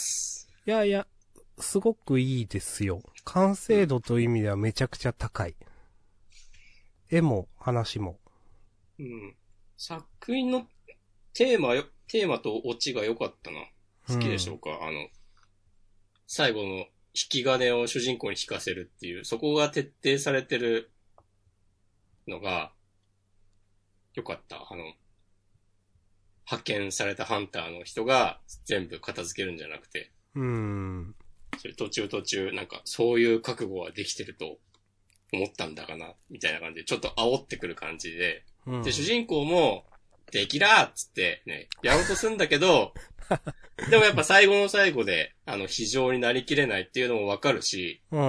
Speaker 2: いや、すごくいいですよ。完成度という意味ではめちゃくちゃ高い。絵も話も。
Speaker 1: 作品のテーマとオチが良かったな。好きでしょうか、最後の引き金を主人公に引かせるっていう、そこが徹底されてるのが、良かった。派遣されたハンターの人が全部片付けるんじゃなくて。それ途中、そういう覚悟はできてると思ったんだかな、みたいな感じで、ちょっと煽ってくる感じで。で、主人公も、 敵だっつってね、やろうとするんだけど、でもやっぱ最後の最後で、非常になりきれないっていうのもわかるし、
Speaker 2: うん。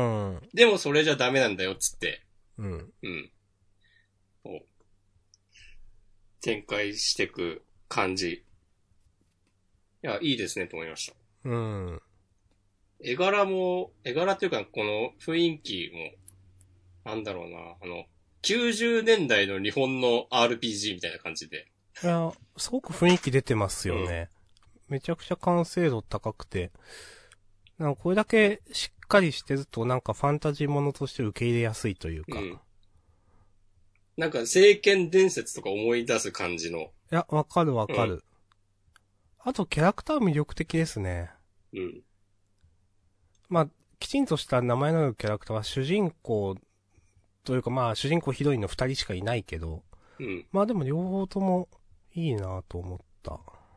Speaker 1: でもそれじゃダメなんだよっつって、
Speaker 2: うん。
Speaker 1: うん。こう展開していく感じ。いや、いいですねと思いました。
Speaker 2: うん。
Speaker 1: 絵柄っていうか、この雰囲気も、なんだろうな、90年代の日本の RPG みたいな感じで。
Speaker 2: いや、すごく雰囲気出てます
Speaker 1: うん。
Speaker 2: よね。めちゃくちゃ完成度高くて。なんかこれだけしっかりしてるとなんかファンタジーものとして受け入れやすいというか。
Speaker 1: うん。なんか、聖剣伝説とか思い出す感じの。
Speaker 2: いや、わかるわ
Speaker 1: うん。
Speaker 2: かる。あとキャラクター魅力的ですね。
Speaker 1: うん。
Speaker 2: まあ、きちんとした名前のあるキャラクターは主人公というかまあ主人公ヒロインの二人しかいないけど、
Speaker 1: うん。
Speaker 2: まあでも両方ともいいなと思った。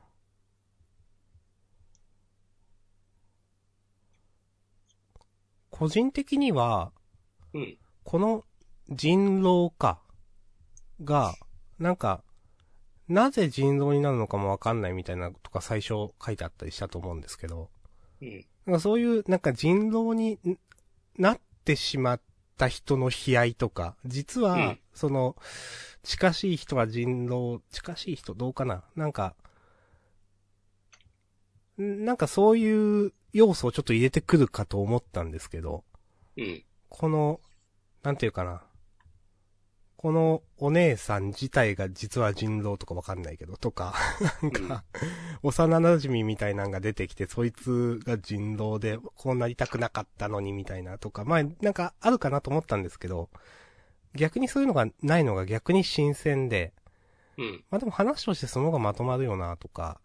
Speaker 2: 個人的には、
Speaker 1: うん。
Speaker 2: この人狼家が、なんか、なぜ人狼になるのかもわかんないみたいなとか最初書いてあったりしたと思うんですけど、
Speaker 1: うん。
Speaker 2: なんかそういうなんか人狼になってしまった人の悲哀とか、実は、
Speaker 1: うん。
Speaker 2: その、近しい人は人狼、近しい人どうかななんか、なんかそういう要素をちょっと入れてくるかと思ったんですけど、
Speaker 1: うん。
Speaker 2: この、なんていうかな。このお姉さん自体が実は人狼とかわかんないけど、とか、なん
Speaker 1: うん。
Speaker 2: か、幼馴染みたいなのが出てきて、そいつが人狼で、こうなりたくなかったのにみたいなとか、まあ、なんかあるかなと思ったんですけど、逆にそういうのがないのが逆に新鮮で、
Speaker 1: うん。
Speaker 2: まあでも話としてその方がまとまるよなとか、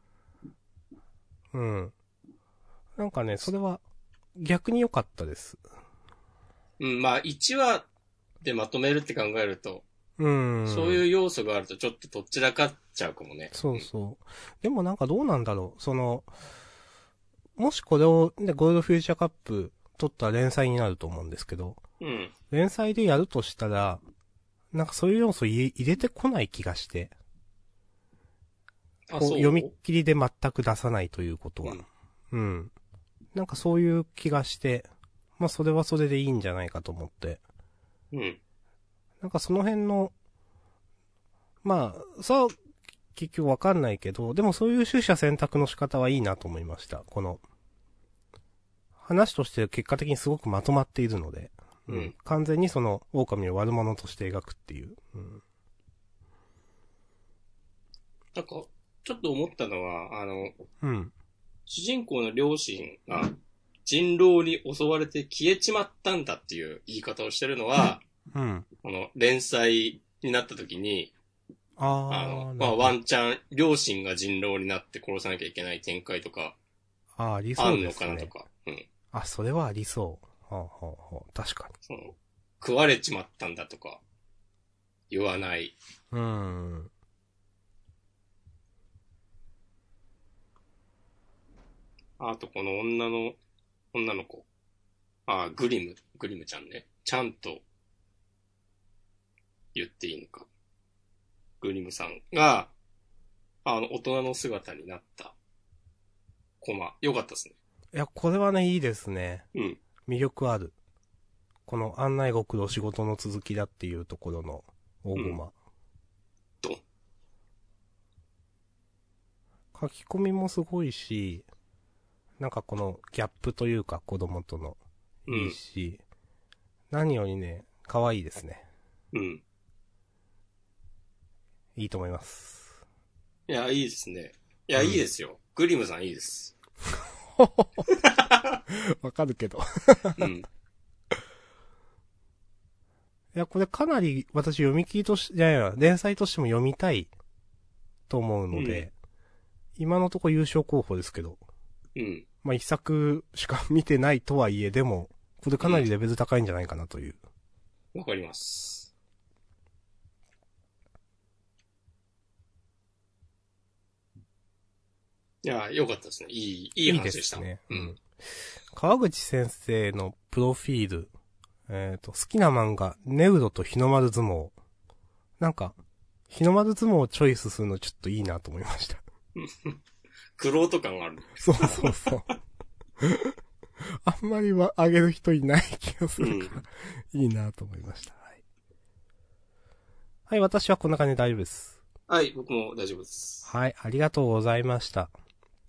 Speaker 2: うん。なんかね、それは逆に良かったです。
Speaker 1: うん。まあ、1話でまとめるって考えると、
Speaker 2: う
Speaker 1: そう
Speaker 2: ん。
Speaker 1: いう要素があるとちょっとどちらかっちゃうかもね。
Speaker 2: そうそう。でもなんかどうなんだろう。その、もしこれを、ね、ゴールドフューチャーカップ取ったら連載になると思うんですけど、
Speaker 1: うん。うん。
Speaker 2: 連載でやるとしたら、なんかそういう要素入れてこない気がして、
Speaker 1: あ、
Speaker 2: こう読みっ
Speaker 1: そ
Speaker 2: きりで全く出さないということは。
Speaker 1: ううん。
Speaker 2: うん。なんかそういう気がして、まあそれはそれでいいんじゃないかと思って。
Speaker 1: うん。
Speaker 2: なんかその辺の、まあ、そう、結局わかんないけど、でもそういう取捨選択の仕方はいいなと思いました。この、話として結果的にすごくまとまっているので、うん。
Speaker 1: うん。
Speaker 2: 完全にその、狼を悪者として描くっていう。うん。
Speaker 1: なんか、ちょっと思ったのは、
Speaker 2: うん。
Speaker 1: 主人公の両親が人狼に襲われて消えちまったんだっていう言い方をしてるのは、
Speaker 2: うん。
Speaker 1: この連載になった時に、まあ、
Speaker 2: なるほど。
Speaker 1: ワンチャン、両親が人狼になって殺さなきゃいけない展開とか、
Speaker 2: ありそう
Speaker 1: あんの
Speaker 2: ですね。
Speaker 1: かなとか、うん。
Speaker 2: あ、それはありそう。はあ、はあ、はあ、確かに。
Speaker 1: その、食われちまったんだとか、言わない。
Speaker 2: うーん。
Speaker 1: あと、この女の子。グリムちゃんね。ちゃんと言っていいのか。グリムさんが、大人の姿になったコマ。よかったですね。
Speaker 2: いや、これはね、いいですね。
Speaker 1: うん。
Speaker 2: 魅力ある。この案内ご苦労仕事の続きだっていうところの大
Speaker 1: うん。
Speaker 2: 駒。
Speaker 1: と。
Speaker 2: 書き込みもすごいし、なんかこのギャップというか子供とのいい
Speaker 1: うん。
Speaker 2: し、何よりね、可愛いですね。
Speaker 1: うん。
Speaker 2: いいと思います。
Speaker 1: いや、いいですね。いや、いいで
Speaker 2: うん。
Speaker 1: すよ。グリムさんいいです。
Speaker 2: わかるけど。
Speaker 1: うん。
Speaker 2: いや、これかなり私読み切りとし、いやいや、連載としても読みたいと思う
Speaker 1: うん。
Speaker 2: ので、今のところ優勝候補ですけど、
Speaker 1: うん。
Speaker 2: まあ、一作しか見てないとはいえ、でも、これか
Speaker 1: うん。
Speaker 2: なりレベル高いんじゃないかなという。
Speaker 1: わかります。いや、よかったですね。いい
Speaker 2: いいで
Speaker 1: 話でした。
Speaker 2: すね。
Speaker 1: うん。
Speaker 2: うん。川口先生のプロフィール、好きな漫画、ネウロと日の丸相撲。なんか、 日の丸相撲をチョイスするのちょっといいなと思いました。
Speaker 1: クロート感がある。
Speaker 2: そうそうそう。あんまりはあげる人いない気がするから、いいなと思いました。はい。はい、私はこんな感じで大丈夫です。
Speaker 1: はい、僕も大丈夫です。
Speaker 2: はい、ありがとうございました。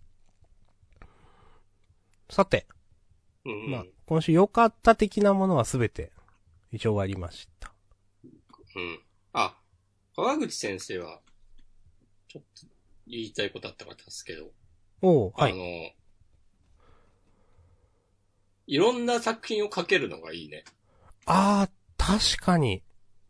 Speaker 2: さて。まあ、今週良かった的なものはすべて、一応終わりました。
Speaker 1: うん。あ、川口先生は、ちょっと言いたいことあったかったんですけど。
Speaker 2: はい。
Speaker 1: いろんな作品を書けるのがいいね。
Speaker 2: 確かに。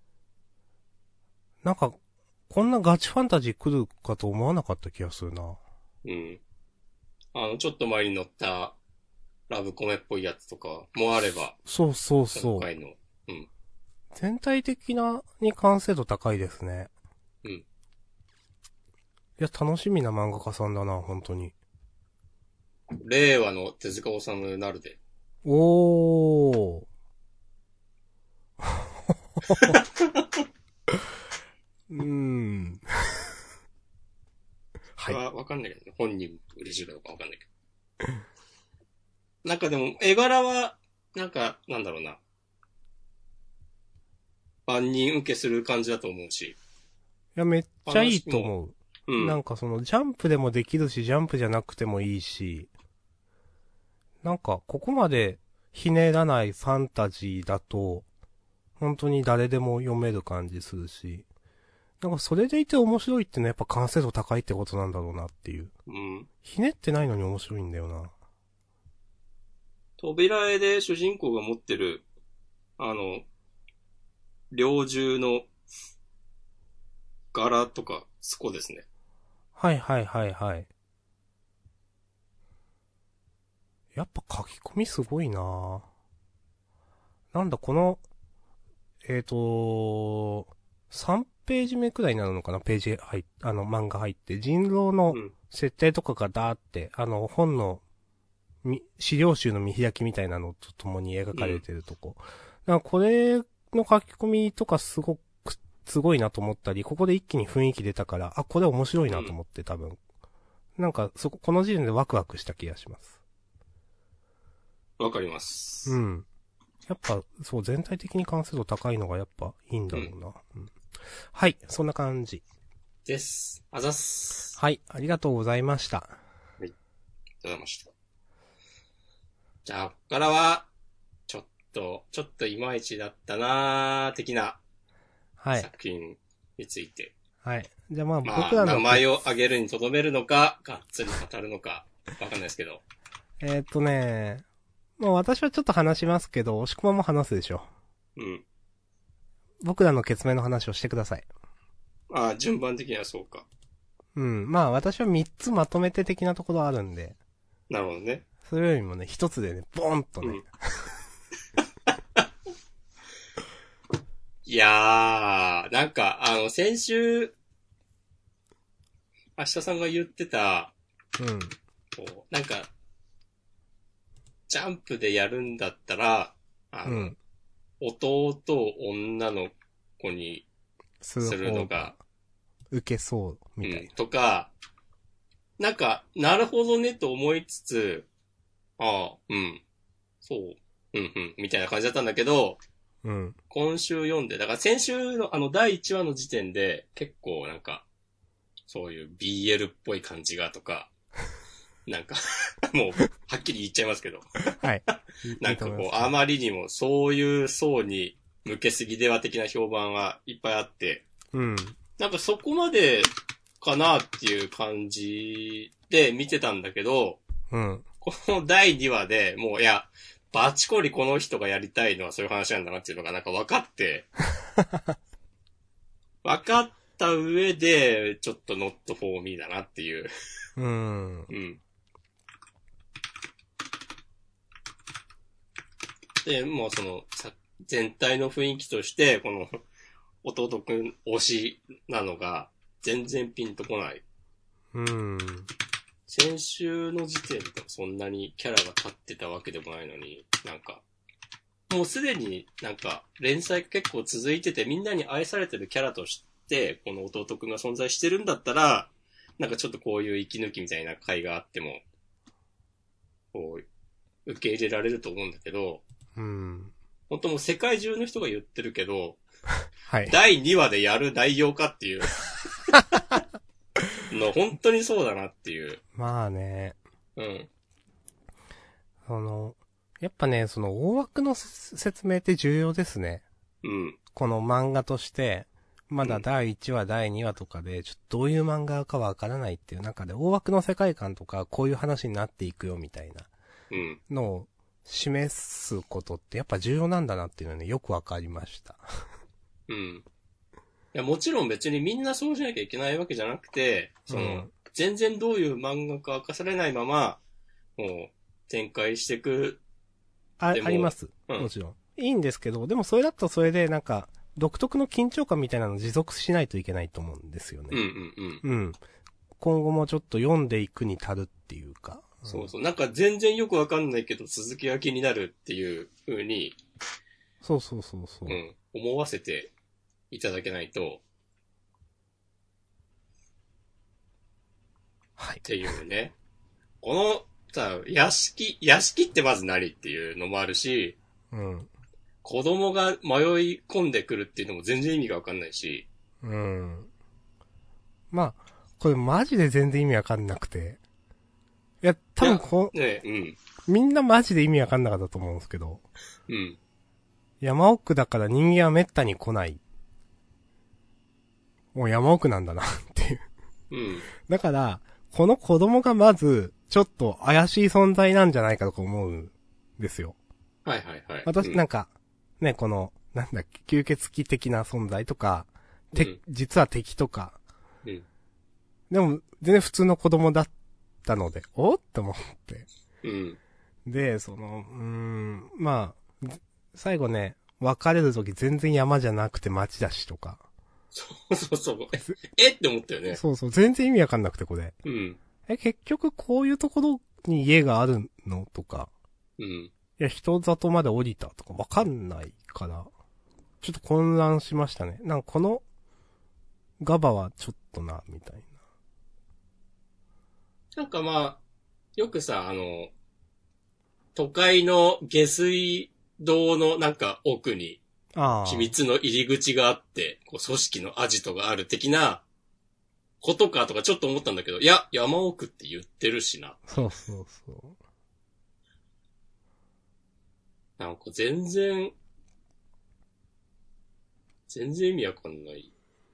Speaker 2: なんか、こんなガチファンタジー来るかと思わなかった気がするな。
Speaker 1: うん。ちょっと前に載ったラブコメっぽいやつとかもあれば。
Speaker 2: そうそうそう。
Speaker 1: 今回の。うん。
Speaker 2: 全体的に完成度高いですね。
Speaker 1: うん。
Speaker 2: いや、楽しみな漫画家さんだな、本当に。
Speaker 1: 令和の手塚治虫なるで。
Speaker 2: おー。
Speaker 1: はい。わかんないけどね。本人嬉しいかどうかわかんないけど。なんかでも、絵柄は、なんか、なんだろうな。万人受けする感じだと思うし。
Speaker 2: いや、めっちゃいいと思う。
Speaker 1: うん。
Speaker 2: なんかその、ジャンプでもできるし、ジャンプじゃなくてもいいし、なんか、ここまでひねらないファンタジーだと、本当に誰でも読める感じするし、なんかそれでいて面白いってのはやっぱ完成度高いってことなんだろうなっていう。
Speaker 1: うん。
Speaker 2: ひねってないのに面白いんだよな。
Speaker 1: 扉絵で主人公が持ってる、猟銃の柄とか、そこですね。
Speaker 2: はいはいはいはい。やっぱ書き込みすごいななんだこの、3ページ目くらいになるのかなページ入っ、漫画入って、人狼の設定とかがダーって、本の、資料集の見開きみたいなのと共に描かれてるとこ。だからこれの書き込みとかすごいなと思ったり、ここで一気に雰囲気出たから、これ面白いなと思って多分。なんか、この時点でワクワクした気がします。
Speaker 1: わかります。
Speaker 2: うん。やっぱ、そう、全体的に完成度高いのがやっぱいいんだろうな。はい、そんな感じ。
Speaker 1: です。あざっす。
Speaker 2: はい、ありがとうございました。
Speaker 1: はい。ありがとうございました。じゃあ、ここからは、ちょっといまいちだったなー的な、作品について。
Speaker 2: はい。じゃあまあ僕らの。
Speaker 1: 名前を挙げるにとどめるのか、がっつり語るのか、わかんないですけど。
Speaker 2: まあ私はちょっと話しますけど、押し込まも話すでしょ。
Speaker 1: うん。
Speaker 2: 僕らの決明の話をしてください。
Speaker 1: 順番的にはそうか。
Speaker 2: うん。まあ私は3つまとめて的なところあるんで。
Speaker 1: なるほどね。
Speaker 2: それよりもね、1つでね、ボーンとね。
Speaker 1: いやー、なんか、先週、明日さんが言ってた、なんか、ジャンプでやるんだったら、弟を女の子にするのが、
Speaker 2: 受けそう、みたいな。
Speaker 1: とか、なんか、なるほどねと思いつつ、そう、みたいな感じだったんだけど、今週読んで、だから先週の第1話の時点で、結構なんか、そういう BL っぽい感じがとか、なんか、もう、はっきり言っちゃいますけど。
Speaker 2: はい。
Speaker 1: なんかこう、あまりにもそういう層に向けすぎでは的な評判はいっぱいあって、なんかそこまでかなっていう感じで見てたんだけど、この第2話でもう、いや、バチコリこの人がやりたいのはそういう話なんだなっていうのがなんか分かって、分かった上で、ちょっと not for me だなっていう。で、もう全体の雰囲気として、この、弟くん推しなのが、全然ピンとこない。先週の時点でそんなにキャラが立ってたわけでもないのに、なんか、もうすでになんか連載結構続いててみんなに愛されてるキャラとし 、この弟くんが存在してるんだったら、なんかちょっとこういう息抜きみたいな回があっても、こう、受け入れられると思うんだけど、
Speaker 2: うん。
Speaker 1: 本当もう世界中の人が言ってるけど、
Speaker 2: はい。
Speaker 1: 第2話でやる内容かっていうの、本当にそうだなっていう。
Speaker 2: まあね。
Speaker 1: うん。
Speaker 2: やっぱね、その大枠の説明って重要ですね。
Speaker 1: うん。
Speaker 2: この漫画として、まだ第1話、第2話とかで、ちょっとどういう漫画かわからないっていう中で、大枠の世界観とか、こういう話になっていくよみたいなのを示すことってやっぱ重要なんだなっていうのはね、よくわかりました。
Speaker 1: うん。いや、もちろん別にみんなそうしなきゃいけないわけじゃなくて、全然どういう漫画か明かされないまま、もう、展開していく。
Speaker 2: あります。もちろん。いいんですけど、でもそれだとそれでなんか、独特の緊張感みたいなのを持続しないといけないと思うんですよね。うん。今後もちょっと読んでいくに足るっていうか。
Speaker 1: そうそう。なんか全然よくわかんないけど続きが気になるっていう風に。
Speaker 2: そう。
Speaker 1: 思わせていただけないと。
Speaker 2: はい。
Speaker 1: っていうね。この、さ、屋敷ってまず何っていうのもあるし、
Speaker 2: うん。
Speaker 1: 子供が迷い込んでくるっていうのも全然意味がわかんないし。
Speaker 2: うん。まあ、これマジで全然意味わかんなくて。いや、多分
Speaker 1: ね、うん。
Speaker 2: みんなマジで意味わかんなかったと思うんですけど。
Speaker 1: うん。
Speaker 2: 山奥だから人間は滅多に来ない。もう山奥なんだなっていう。
Speaker 1: うん。
Speaker 2: だから、この子供がまず、ちょっと怪しい存在なんじゃないかとか思うんですよ。
Speaker 1: はいはいはい。
Speaker 2: 私、なんか、ね、この、なんだっけ、吸血鬼的な存在とか、実は敵とか。
Speaker 1: うん。
Speaker 2: でも、全然普通の子供だったので、おって思って。
Speaker 1: うん。
Speaker 2: で、まあ、最後ね、別れるとき全然山じゃなくて町だしとか。
Speaker 1: そう。えって思ったよね。
Speaker 2: そう、全然意味わかんなくてこれ。
Speaker 1: うん。
Speaker 2: 結局こういうところに家があるのとか。
Speaker 1: うん。
Speaker 2: いや、人里まで降りたとかわかんないから、ちょっと混乱しましたね。なんかこの、ガバはちょっとな、みたいな。
Speaker 1: なんかまあ、よくさ、都会の下水道のなんか奥に、秘密の入り口があって、こう組織のアジトがある的なことかとかちょっと思ったんだけど、いや、山奥って言ってるしな。
Speaker 2: そう。
Speaker 1: なんか全然意味わかんない。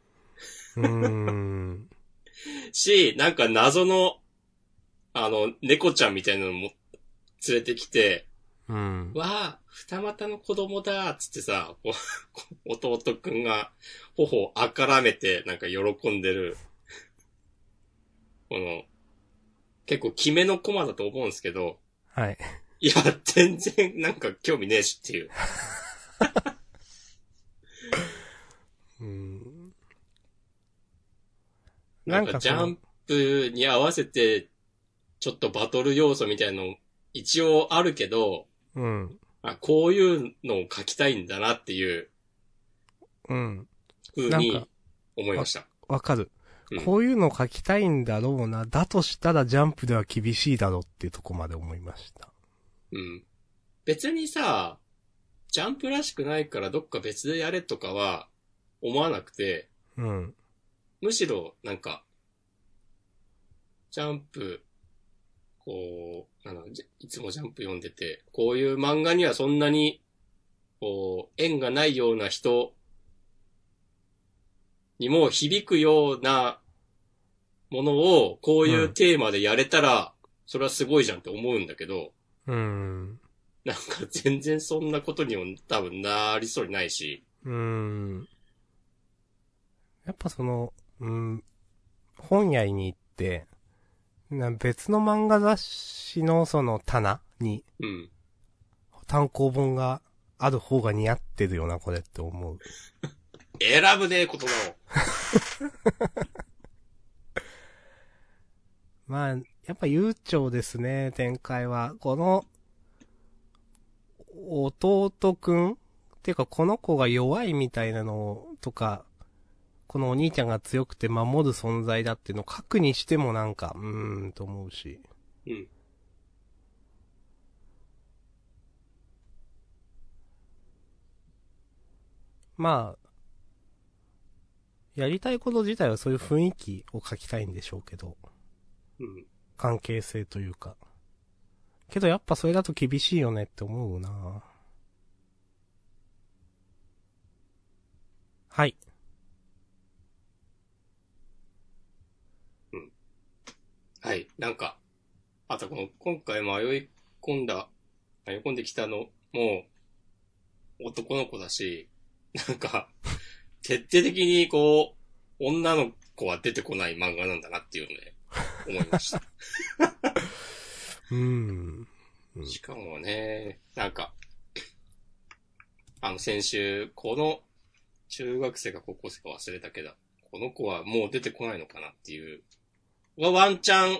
Speaker 1: し、なんか謎の、猫ちゃんみたいなのも連れてきて、わあ、二股の子供だっつってさ、弟くんが頬をあからめてなんか喜んでる。結構決めのコマだと思うんですけど。
Speaker 2: はい。
Speaker 1: いや、全然なんか興味ねえしっていう。なんかジャンプに合わせて、ちょっとバトル要素みたいなの一応あるけど、こういうのを書きたいんだなっていう、風に思いました。
Speaker 2: わかる。こういうのを書きたいんだろうな。だとしたらジャンプでは厳しいだろうっていうとこまで思いました。
Speaker 1: うん。別にさ、ジャンプらしくないからどっか別でやれとかは思わなくて、むしろなんか、ジャンプ、こう、いつもジャンプ読んでて、こういう漫画にはそんなに、こう、縁がないような人にも響くようなものを、こういうテーマでやれたら、それはすごいじゃんって思うんだけど、なんか全然そんなことにも多分なりそうにないし。
Speaker 2: やっぱ本屋に行って、別の漫画雑誌のその棚に、単行本がある方が似合ってるよな、これって思う。
Speaker 1: 選ぶねえことだろ。
Speaker 2: まあ、やっぱ悠長ですね、展開は。この、弟くんっていうかこの子が弱いみたいなのとか、 このお兄ちゃんが強くて守る存在だっていうのを書くにしてもなんか、と思うし。
Speaker 1: うん。
Speaker 2: まあ、やりたいこと自体はそういう雰囲気を書きたいんでしょうけど。
Speaker 1: うん。
Speaker 2: 関係性というか。けどやっぱそれだと厳しいよねって思うな。はい。
Speaker 1: うん。はい。なんか、あとこの、今回迷い込んできたのも、男の子だし、なんか、徹底的にこう、女の子は出てこない漫画なんだなっていうので、思いました。しかもね、なんか、先週、この中学生か高校生か忘れたけど、この子はもう出てこないのかなっていう、ワンチャン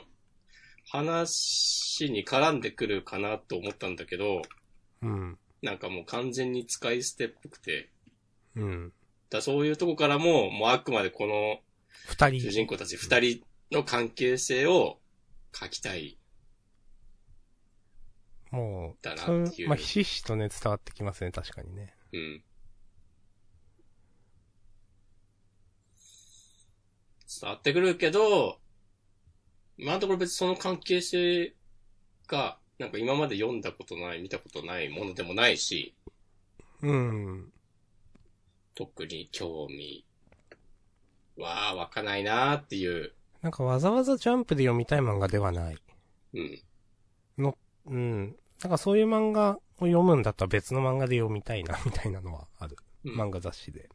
Speaker 1: 話に絡んでくるかなと思ったんだけど、なんかもう完全に使い捨てっぽくて、そういうとこからも、もうあくまでこの、主人公たち二人の関係性を書きたい。
Speaker 2: もう、
Speaker 1: だなっていう。
Speaker 2: まあ、ひしひしとね、伝わってきますね、確かにね。
Speaker 1: うん。伝わってくるけど、今のところ別にその関係性が、なんか今まで読んだことない、見たことないものでもないし、特に興味は湧かないなーっていう。
Speaker 2: なんかわざわざジャンプで読みたい漫画ではない。なんかそういう漫画を読むんだったら別の漫画で読みたいな、みたいなのはある。漫画雑誌で。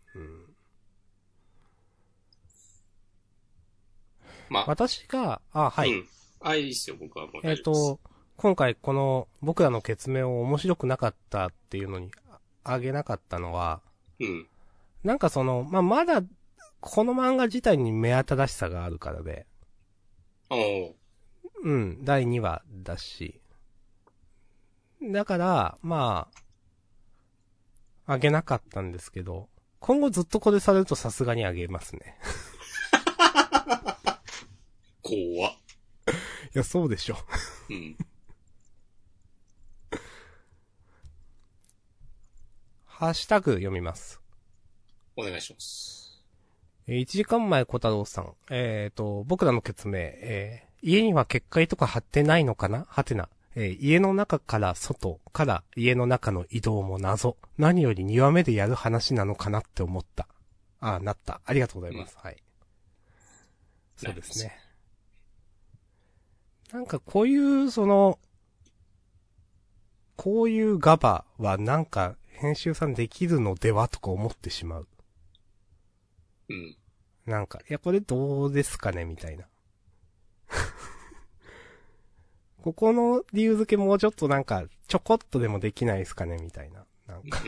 Speaker 2: まあ。私が、はい。
Speaker 1: いいっすよ、僕はもう。
Speaker 2: 今回この僕らの決明を面白くなかったっていうのにあげなかったのは、なんかまだ、この漫画自体に目新しさがあるからで。第2話だし。だから、あげなかったんですけど、今後ずっとこれされるとさすがにあげますね。
Speaker 1: 怖っ。
Speaker 2: いや、そうでしょ。ハッシュタグ読みます。
Speaker 1: お願いします。
Speaker 2: 1時間前小太郎さん。僕らの決明。家には結界とか貼ってないのかなはてな。家の中から外から家の中の移動も謎。何より2話目でやる話なのかなって思った。なった。ありがとうございます。はい。そうですね。なんかこういうこういうガバはなんか編集さんできるのではとか思ってしまう。なんか、いやこれどうですかねみたいな。ここの理由付けもうちょっとなんか、ちょこっとでもできないですかねみたいな。なんか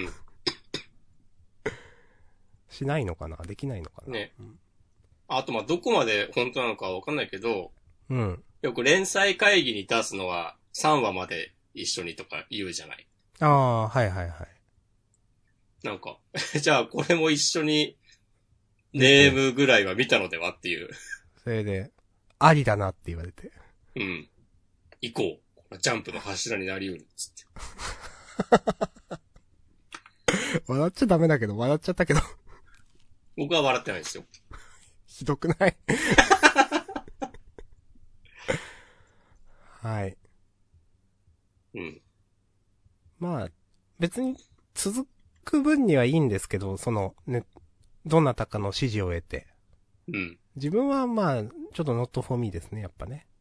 Speaker 2: しないのかなできないのかな
Speaker 1: ね。あとどこまで本当なのかわかんないけど、よく連載会議に出すのは3話まで一緒にとか言うじゃない。
Speaker 2: はいはいはい。
Speaker 1: なんか、じゃあこれも一緒にネームぐらいは見たのではっていう。
Speaker 2: それで、ありだなって言われて。
Speaker 1: 行こう。ジャンプの柱になりうるっつって。
Speaker 2: 笑っちゃダメだけど、笑っちゃったけど。
Speaker 1: 僕は笑ってないですよ。
Speaker 2: ひどくないはい。別に続く分にはいいんですけど、どなたかの指示を得て。自分はちょっとnot for meですね、やっぱね。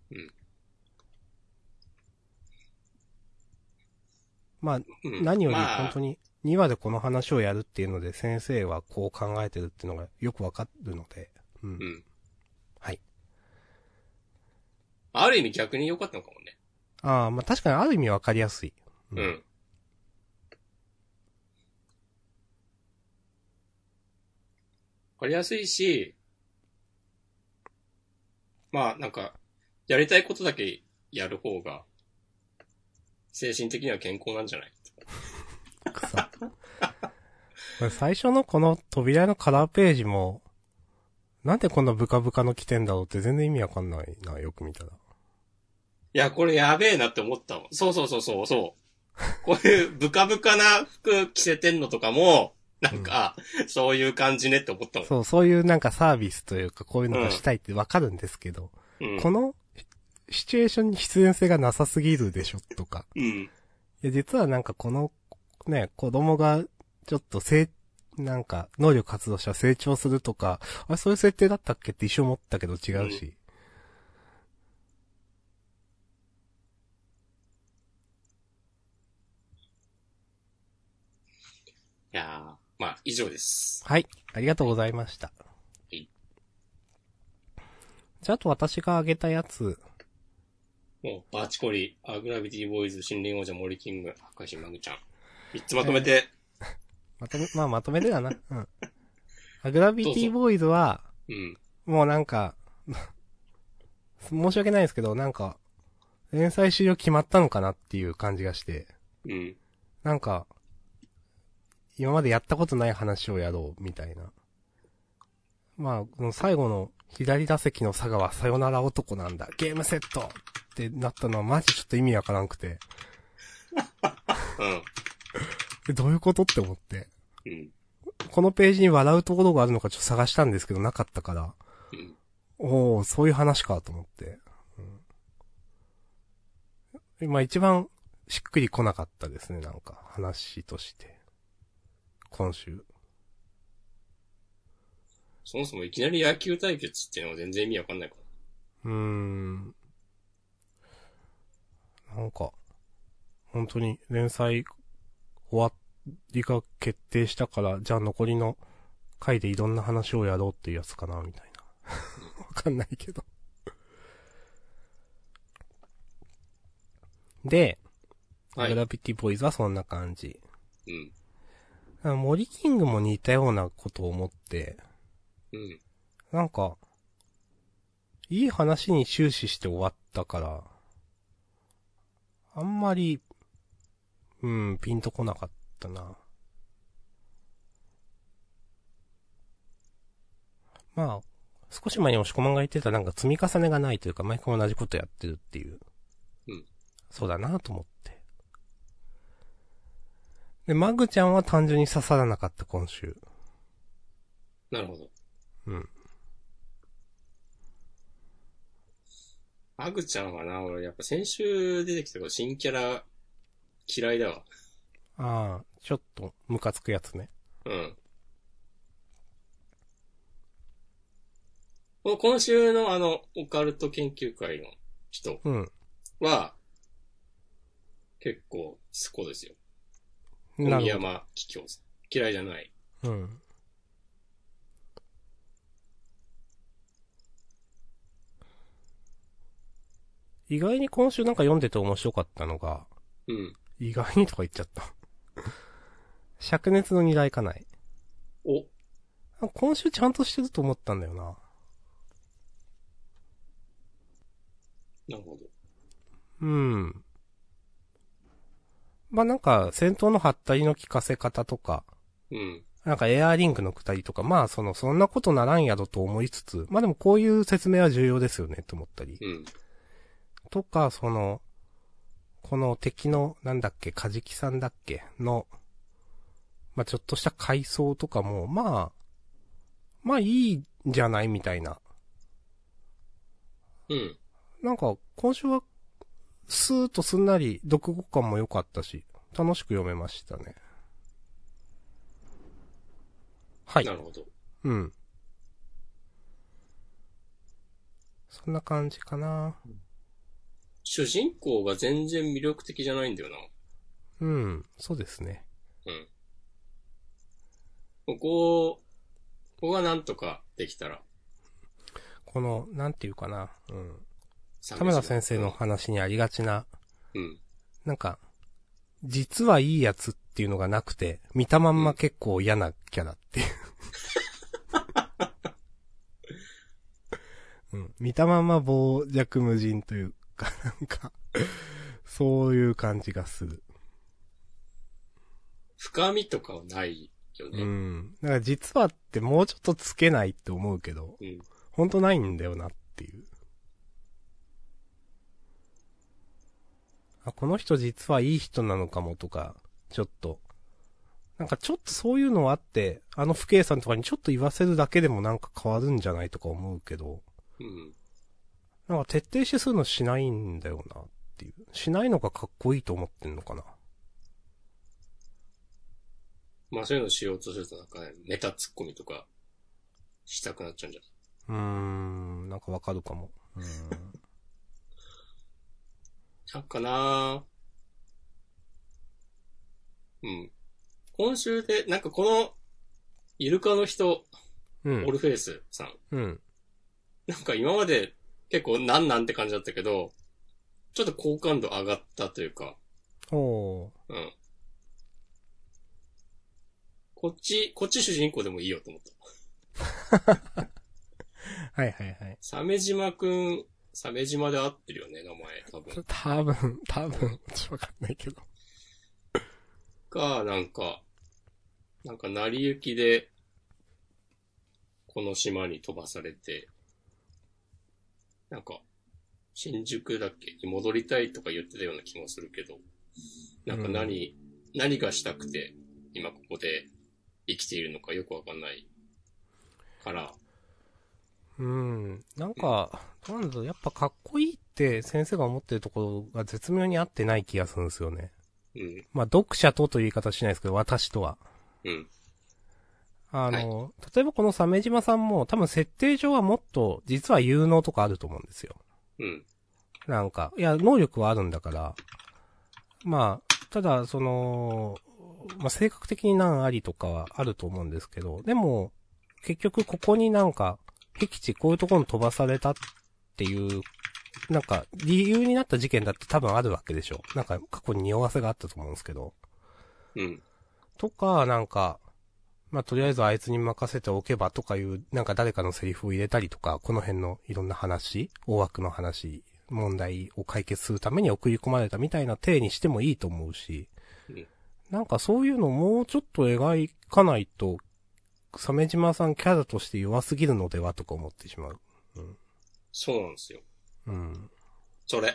Speaker 2: 何より本当に2話でこの話をやるっていうので先生はこう考えてるっていうのがよくわかるので。はい。
Speaker 1: ある意味逆に良かったのかもね。
Speaker 2: 確かにある意味わかりやすい。
Speaker 1: わかりやすいし、なんか、やりたいことだけやる方が、精神的には健康なんじゃない
Speaker 2: 最初のこの扉のカラーページも、 なんでこんなブカブカの着てんだろうって全然意味わかんないな、よく見たら。
Speaker 1: いや、これやべえなって思ったもん。そうそうそうそう、そう。こういうブカブカな服着せてんのとかも、なんか、そういう感じねって思ったもん。
Speaker 2: そういうなんかサービスというかこういうのがしたいってわかるんですけど、このシチュエーションに必然性がなさすぎるでしょとか。いや、実はなんかこの、ね、子供がちょっとなんか、能力発動したら成長するとか、あれそういう設定だったっけって一瞬思ったけど違うし。
Speaker 1: いやー、まあ、以上です。
Speaker 2: はい。ありがとうございました。
Speaker 1: はい。
Speaker 2: じゃあ、あと私が挙げたやつ。
Speaker 1: もう、バーチコリ、グラビティボーイズ、森林王者、森キング、博士マグちゃん。3つまとめて。
Speaker 2: まとめてだな。うん。グラビティボーイズは、もうなんか、申し訳ないですけど、なんか、連載終了決まったのかなっていう感じがして。なんか、今までやったことない話をやろう、みたいな。まあ、最後の左打席の佐賀はさよなら男なんだ。ゲームセットってなったのはマジちょっと意味わからんくて。どういうことって思って。このページに笑うところがあるのかちょっと探したんですけどなかったから。おー、そういう話かと思って。まあ一番しっくりこなかったですね、なんか話として。今週。
Speaker 1: そもそもいきなり野球対決っていうのは全然意味わかんないから。
Speaker 2: なんか、本当に連載終わりが決定したから、じゃあ残りの回でいろんな話をやろうっていうやつかな、みたいな。わかんないけど。で、グラビティボーイズはそんな感じ。森キングも似たようなことを思って、なんか、いい話に終始して終わったから、あんまり、ピンとこなかったな。まあ、少し前に押し込まんが言ってたなんか積み重ねがないというか、毎回同じことやってるっていう。そうだなと思って。で、マグちゃんは単純に刺さらなかった、今週。
Speaker 1: なるほど。マグちゃんはな、俺やっぱ先週出てきた新キャラ嫌いだわ。
Speaker 2: ああ、ちょっとムカつくやつね。
Speaker 1: 今週のオカルト研究会の人は、結構、スコですよ。小宮山桔梗さん。嫌いじゃない。
Speaker 2: 意外に今週なんか読んでて面白かったのが、意外にとか言っちゃった。灼熱の二大家内。今週ちゃんとしてると思ったんだよな。
Speaker 1: なるほど。
Speaker 2: まあ、なんか、戦闘のハったりの効かせ方とか、なんかエアーリングのくたりとか、まあ、そんなことならんやろと思いつつ、まあでもこういう説明は重要ですよね、と思ったり。とか、この敵の、なんだっけ、カジキさんだっけの、まあちょっとした階層とかも、まあいいんじゃないみたいな。なんか、今週は、スーッとすんなり、読後感も良かったし、楽しく読めましたね。はい。
Speaker 1: なるほど。
Speaker 2: そんな感じかな。
Speaker 1: 主人公が全然魅力的じゃないんだよ
Speaker 2: な。そうですね。
Speaker 1: ここがなんとかできたら。
Speaker 2: なんていうかな。田村先生の話にありがちな。なんか、実はいいやつっていうのがなくて、見たまんま結構嫌なキャラっていう。見たまんま傍若無人というか、なんか、そういう感じがする。
Speaker 1: 深みとかはないよね。
Speaker 2: うん。だから実はってもうちょっとつけないって思うけど、
Speaker 1: うん。
Speaker 2: ほんとないんだよなっていう。あ、この人実はいい人なのかもとか、ちょっと。なんかちょっとそういうのあって、あの不敬さんとかにちょっと言わせるだけでもなんか変わるんじゃないとか思うけど、
Speaker 1: うん。
Speaker 2: なんか徹底してそういうのしないんだよなっていう。しないのがかっこいいと思ってんのかな。
Speaker 1: まあそういうのしようとするとなんかね、ネタツッコミとかしたくなっちゃうんじゃない？
Speaker 2: なんかわかるかも。
Speaker 1: なんかなうん。今週で、なんかこの、イルカの人、
Speaker 2: うん。
Speaker 1: オルフェイスさん。
Speaker 2: うん。
Speaker 1: なんか今まで結構なんて感じだったけど、ちょっと好感度上がったというか、
Speaker 2: おー。
Speaker 1: うん。こっち主人公でもいいよと思った。
Speaker 2: はいはいはい。
Speaker 1: 鮫島くん、鮫島で合ってるよね、名前、多分。
Speaker 2: 多分、ちょっとわかんないけど。
Speaker 1: なんか、成り行きで、この島に飛ばされて、なんか、新宿だっけに戻りたいとか言ってたような気もするけど、なんか何がしたくて、今ここで生きているのかよくわかんないから。
Speaker 2: なんか、どうなんだろう、やっぱかっこいいって先生が思ってるところが絶妙に合ってない気がするんですよね。
Speaker 1: うん。
Speaker 2: まあ、読者という言い方しないですけど、私とは。
Speaker 1: うん。
Speaker 2: 例えばこの鮫島さんも多分設定上はもっと実は有能とかあると思うんですよ。
Speaker 1: うん。
Speaker 2: なんか、いや、能力はあるんだから、まあ、ただ、その、まあ、性格的に難ありとかはあると思うんですけど、でも、結局ここになんか、僻地こういうところに飛ばされたっていう、なんか、理由になった事件だって多分あるわけでしょ。なんか、過去に匂わせがあったと思うんですけど。
Speaker 1: うん。
Speaker 2: とか、なんか、まあ、とりあえずあいつに任せておけばとかいう、なんか誰かのセリフを入れたりとか、この辺のいろんな話、大枠の話、問題を解決するために送り込まれたみたいな体にしてもいいと思うし、
Speaker 1: うん。
Speaker 2: なんかそういうのもうちょっと描かないと、鮫島さんキャラとして弱すぎるのではとか思ってしまう。
Speaker 1: そうなんですよ。
Speaker 2: うん。
Speaker 1: それ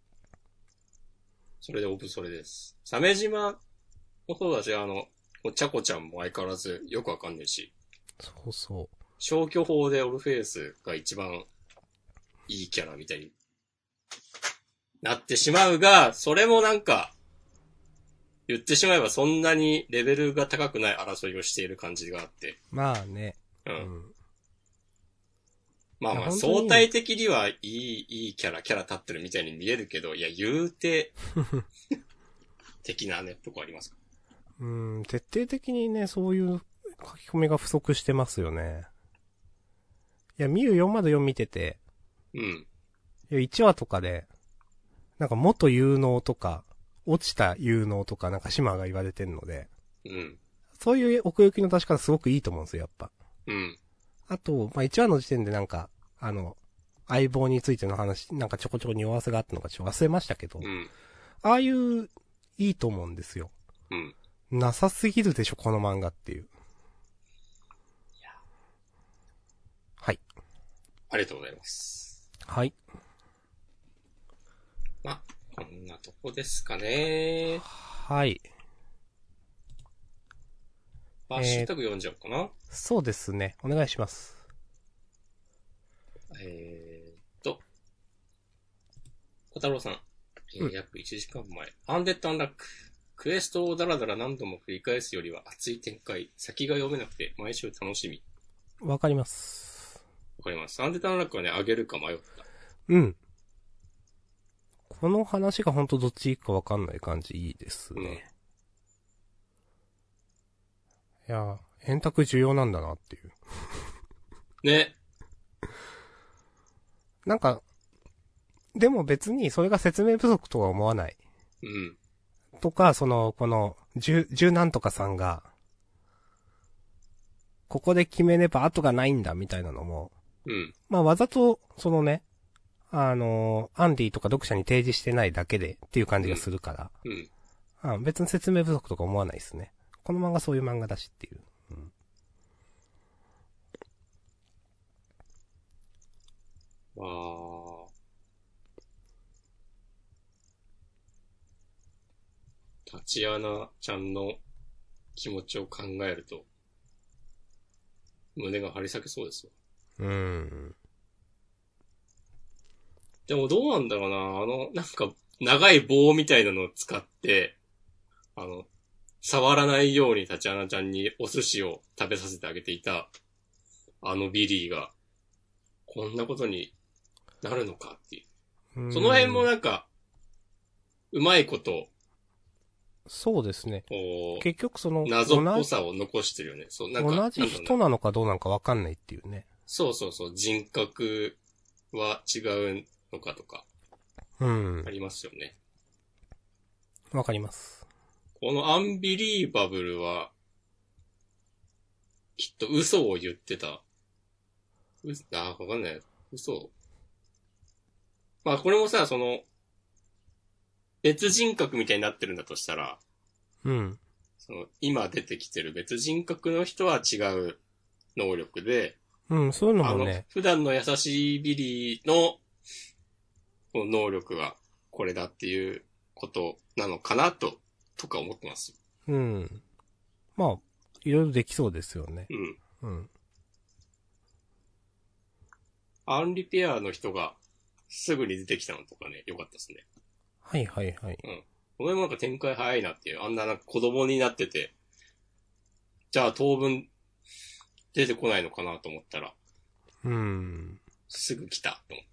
Speaker 1: でそれです。鮫島もそうだし、お茶子ちゃんも相変わらずよくわかんないし。
Speaker 2: そうそう。
Speaker 1: 消去法でオルフェイスが一番いいキャラみたいになってしまうが、それもなんか、言ってしまえばそんなにレベルが高くない争いをしている感じがあって。
Speaker 2: まあね。
Speaker 1: うん。
Speaker 2: うん。
Speaker 1: まあまあ、
Speaker 2: 本当に
Speaker 1: 相対的にはいいキャラ立ってるみたいに見えるけど、いや、言うて、的なね、とこありますか？
Speaker 2: 徹底的にね、そういう書き込みが不足してますよね。いや、ミュー404見てて、
Speaker 1: うん。
Speaker 2: いや、1話とかで、なんか元有能とか、落ちた有能とかなんか島が言われてんので、
Speaker 1: うん。
Speaker 2: そういう奥行きの出し方すごくいいと思うんですよ、やっぱ。
Speaker 1: うん。
Speaker 2: あと、まあ、1話の時点でなんか、相棒についての話、なんかちょこちょこ匂わせがあったのかちょっと忘れましたけど、
Speaker 1: うん。
Speaker 2: ああいう、いいと思うんですよ。
Speaker 1: うん。
Speaker 2: なさすぎるでしょ、この漫画っていう。はい。
Speaker 1: ありがとうございます。
Speaker 2: はい。
Speaker 1: まあ、こんなとこですかね。
Speaker 2: はい。
Speaker 1: ハッシュタグ読んじゃおうかな。
Speaker 2: そうですね。お願いします。
Speaker 1: 小太郎さん。約1時間前。アンデッドアンラック。クエストをダラダラ何度も繰り返すよりは熱い展開。先が読めなくて毎週楽しみ。
Speaker 2: わかります。
Speaker 1: わかります。アンデッドアンラックはね、あげるか迷った。
Speaker 2: うん。この話がほんとどっちいいかわかんない感じいいですね。いや、円卓重要なんだなっていう。
Speaker 1: ね。
Speaker 2: なんか、でも別にそれが説明不足とは思わない。
Speaker 1: うん。
Speaker 2: とか、この、十なんとかさんが、ここで決めれば後がないんだみたいなのも、
Speaker 1: うん。
Speaker 2: まあわざと、そのね、アンディとか読者に提示してないだけでっていう感じがするから、
Speaker 1: うん。
Speaker 2: 別に説明不足とか思わないですね。 この漫画そういう漫画だしっていう。うん。
Speaker 1: まあ、タチアナちゃんの気持ちを考えると、胸が張り裂けそうですわ。でもどうなんだろうな。なんか、長い棒みたいなのを使って、触らないようにタチアナちゃんにお寿司を食べさせてあげていた、ビリーが、こんなことになるのかっていう。その辺もなんか、うまいこと、
Speaker 2: そうですね。結局その、
Speaker 1: 謎っぽさを残してるよね。そう、なんか、
Speaker 2: 同じ人なのかどうなのかわかんないっていうね。
Speaker 1: そうそうそう、人格は違うのかとか、
Speaker 2: うん。
Speaker 1: ありますよね。
Speaker 2: わかります。
Speaker 1: このアンビリーバブルは、きっと嘘を言ってた。わかんない。嘘。まあこれもさ、別人格みたいになってるんだとしたら、
Speaker 2: うん。
Speaker 1: 今出てきてる別人格の人は違う能力で、
Speaker 2: うん、そういうのもね。
Speaker 1: 普段の優しいビリーの、この能力がこれだっていうことなのかなとか思ってます。
Speaker 2: うん。まあ、いろいろできそうですよね。
Speaker 1: うん。
Speaker 2: うん。
Speaker 1: アンリペアの人がすぐに出てきたのとかね、よかったですね。
Speaker 2: はいはいはい。
Speaker 1: うん。これもなんか展開早いなっていう、あんななんか子供になってて、じゃあ当分出てこないのかなと思ったら、すぐ来たと思った。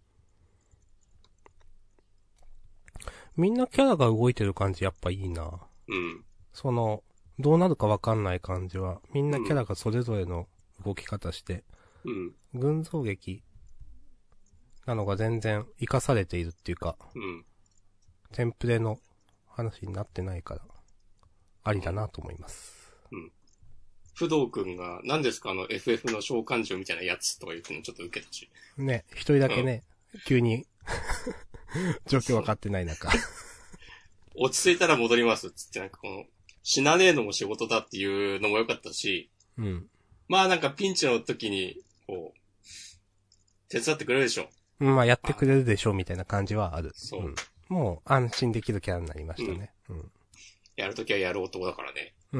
Speaker 2: みんなキャラが動いてる感じやっぱいいな。
Speaker 1: うん。
Speaker 2: どうなるかわかんない感じは、みんなキャラがそれぞれの動き方して、
Speaker 1: うん。
Speaker 2: 群像劇なのが全然活かされているっていうか、
Speaker 1: うん。
Speaker 2: テンプレの話になってないから、ありだなと思います。
Speaker 1: うん。不動くんが、何ですかFF の召喚獣みたいなやつとか言ってのちょっと受けたし。
Speaker 2: ね、一人だけね、急に、状況わかってない中。
Speaker 1: 落ち着いたら戻りますっつってなんか死なねえのも仕事だっていうのも良かったし、
Speaker 2: うん。
Speaker 1: まあなんかピンチの時に、手伝ってくれるでしょ。
Speaker 2: まあやってくれるでしょうみたいな感じはある。
Speaker 1: そう。
Speaker 2: ん、もう安心できるキャラになりましたね。うん。
Speaker 1: やるときはやる男だからね。
Speaker 2: うん。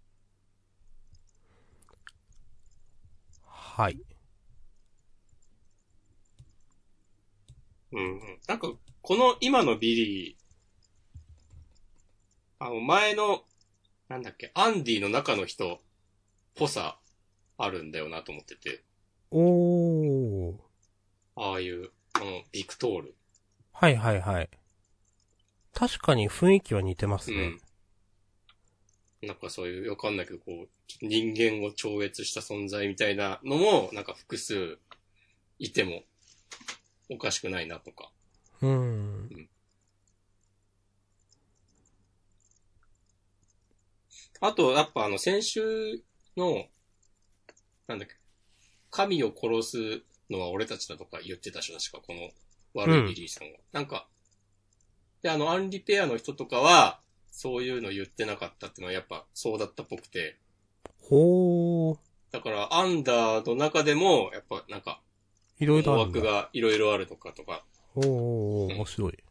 Speaker 2: はい。
Speaker 1: うん。なんか、この今のビリー、前の、なんだっけ、アンディの中の人っぽさあるんだよなと思ってて。
Speaker 2: おー。
Speaker 1: ああいう、ビクトール。
Speaker 2: はいはいはい。確かに雰囲気は似てますね。
Speaker 1: うん。なんかそういう、わかんないけど、人間を超越した存在みたいなのも、なんか複数いてもおかしくないなとか。
Speaker 2: うん。
Speaker 1: あと、やっぱ先週の、なんだっけ、神を殺すのは俺たちだとか言ってた人確か、この悪いビリーさんは。なんか、で、アンリペアの人とかは、そういうの言ってなかったっていうのはやっぱそうだったっぽくて。
Speaker 2: ほー。
Speaker 1: だから、アンダーの中でも、やっぱなんか、
Speaker 2: いろいろあるんだ。
Speaker 1: 思惑がいろいろあるとか。
Speaker 2: おー、面白い。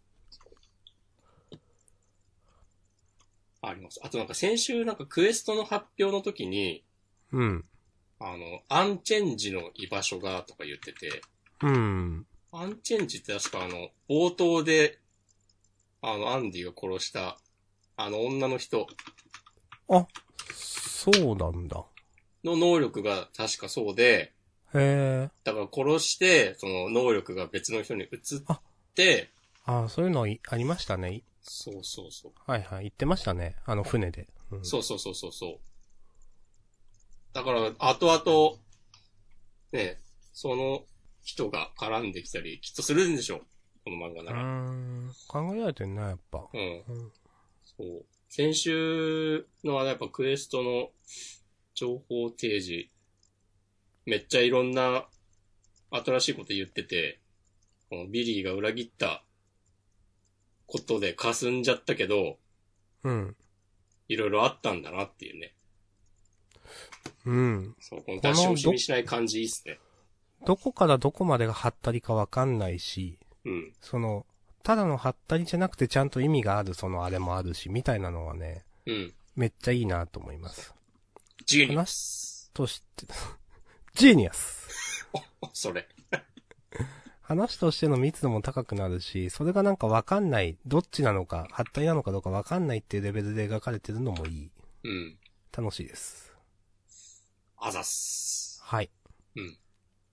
Speaker 1: あります。あとなんか先週なんかクエストの発表の時に、
Speaker 2: うん。
Speaker 1: アンチェンジの居場所がとか言ってて、
Speaker 2: うん。
Speaker 1: アンチェンジって確か冒頭で、アンディが殺した、女の人
Speaker 2: あ、そうなんだ。
Speaker 1: の能力が確かそうで、
Speaker 2: へー。
Speaker 1: だから殺して、その能力が別の人に移って、
Speaker 2: そういうのありましたね。
Speaker 1: そうそうそう。
Speaker 2: はいはい、言ってましたね。船で。
Speaker 1: うん、そう。だから、後々、ね、その人が絡んできたり、きっとするんでしょう。この漫画なら。
Speaker 2: 考えられてんな、やっぱ。
Speaker 1: うん。そう。先週のやっぱクエストの情報提示、めっちゃいろんな新しいこと言ってて、このビリーが裏切ったことで霞んじゃったけど、
Speaker 2: うん。
Speaker 1: いろいろあったんだなっていうね。
Speaker 2: うん。
Speaker 1: そう、この出し惜しみしない感じいいっすね。
Speaker 2: どこからどこまでがハったりかわかんないし、
Speaker 1: うん。
Speaker 2: ただのハったりじゃなくてちゃんと意味があるあれもあるし、みたいなのはね、
Speaker 1: うん。
Speaker 2: めっちゃいいなと思います。
Speaker 1: ジーニアス。
Speaker 2: として、ジーニアス。
Speaker 1: それ。
Speaker 2: 話としての密度も高くなるし、それがなんかわかんない、どっちなのか、ハったりなのかどうかわかんないっていうレベルで描かれてるのもいい。
Speaker 1: うん。
Speaker 2: 楽しいです。
Speaker 1: あざっす。
Speaker 2: はい。
Speaker 1: うん。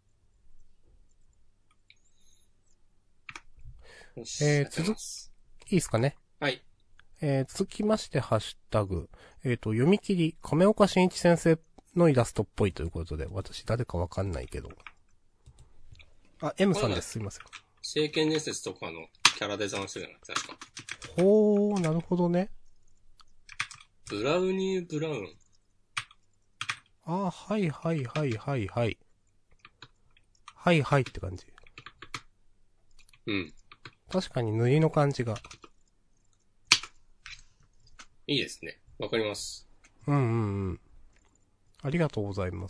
Speaker 1: よし。いい
Speaker 2: ですかね。
Speaker 1: はい。
Speaker 2: 続きまして、ハッシュタグ。読み切り、亀岡真一先生のイラストっぽいということで、私誰かわかんないけど。あ、M さんです。すいません。
Speaker 1: 聖剣伝説とかのキャラデザインするじゃなくて、確か。
Speaker 2: ほー、なるほどね。
Speaker 1: ブラウニー・ブラウン。
Speaker 2: あ、はいはいはいはいはい。はいはいって感じ。
Speaker 1: うん。
Speaker 2: 確かに塗りの感じが。
Speaker 1: いいですね。わかります。
Speaker 2: うんうんうん。ありがとうございます。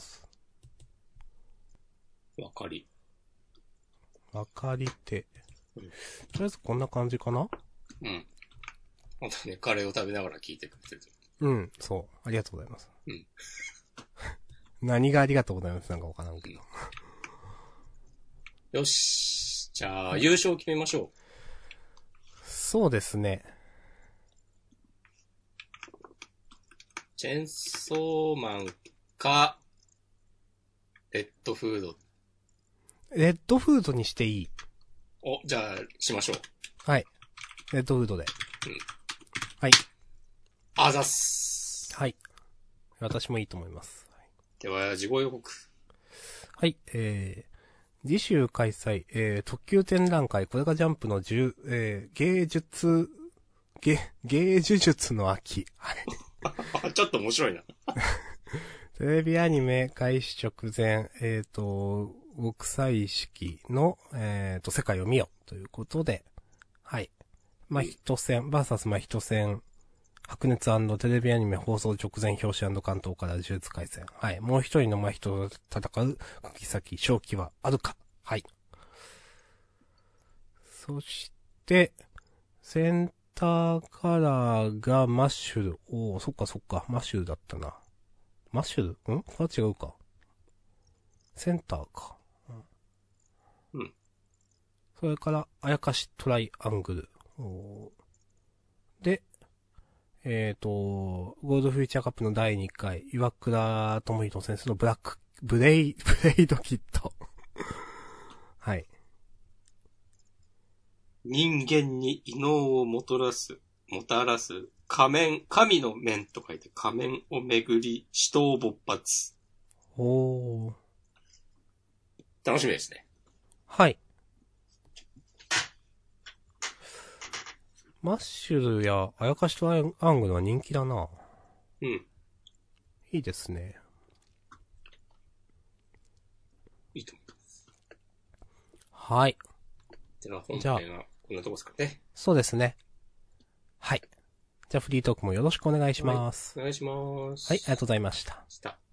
Speaker 1: わかり。
Speaker 2: わかりて。
Speaker 1: うん、
Speaker 2: とりあえずこんな感じかな？
Speaker 1: うん。あとね、カレーを食べながら聞いてくれてる。
Speaker 2: うん、そう。ありがとうございます。
Speaker 1: うん。
Speaker 2: 何がありがとうございますなんかわからんけど。
Speaker 1: よし。じゃあ、優勝決めましょう。
Speaker 2: そうですね。
Speaker 1: チェンソーマンか、レッドフード。
Speaker 2: レッドフードにしていい。
Speaker 1: お、じゃあ、しましょう。
Speaker 2: はい。レッドフードで。
Speaker 1: うん。
Speaker 2: はい。
Speaker 1: あざっす。
Speaker 2: はい。私もいいと思います。
Speaker 1: では、事後予告。
Speaker 2: はい、次週開催、特急展覧会、これがジャンプの芸術の秋。はい。
Speaker 1: ちょっと面白いな。
Speaker 2: テレビアニメ開始直前、極彩式の、世界を見よということで、はい。真人戦、バーサス真人戦、白熱&テレビアニメ放送直前表紙関東から呪術回戦。はい。もう一人の真人と戦う、釘先、正気はあるか。はい。そして、センターカラーがマッシュル。おー、そっかそっか。マッシュルだったな。マッシュル？これは違うか。センターか。
Speaker 1: うん。
Speaker 2: それから、あやかしトライアングル。で、ゴールドフューチャーカップの第2回、岩倉智弘先生のブレイドキット。はい。
Speaker 1: 人間に異能をもたらす、神の面と書いて仮面をめぐり、死闘勃発。
Speaker 2: おー。
Speaker 1: 楽しみですね。
Speaker 2: はい。マッシュルやあやかしとアングルは人気だな。
Speaker 1: うん。
Speaker 2: いいですね。
Speaker 1: いいと思います。
Speaker 2: はい。
Speaker 1: では本編はこんなとこですかね。
Speaker 2: そうですね。はい。じゃあフリートークもよろしくお願いします。
Speaker 1: はい、お願いします。
Speaker 2: はい、ありがとうございました。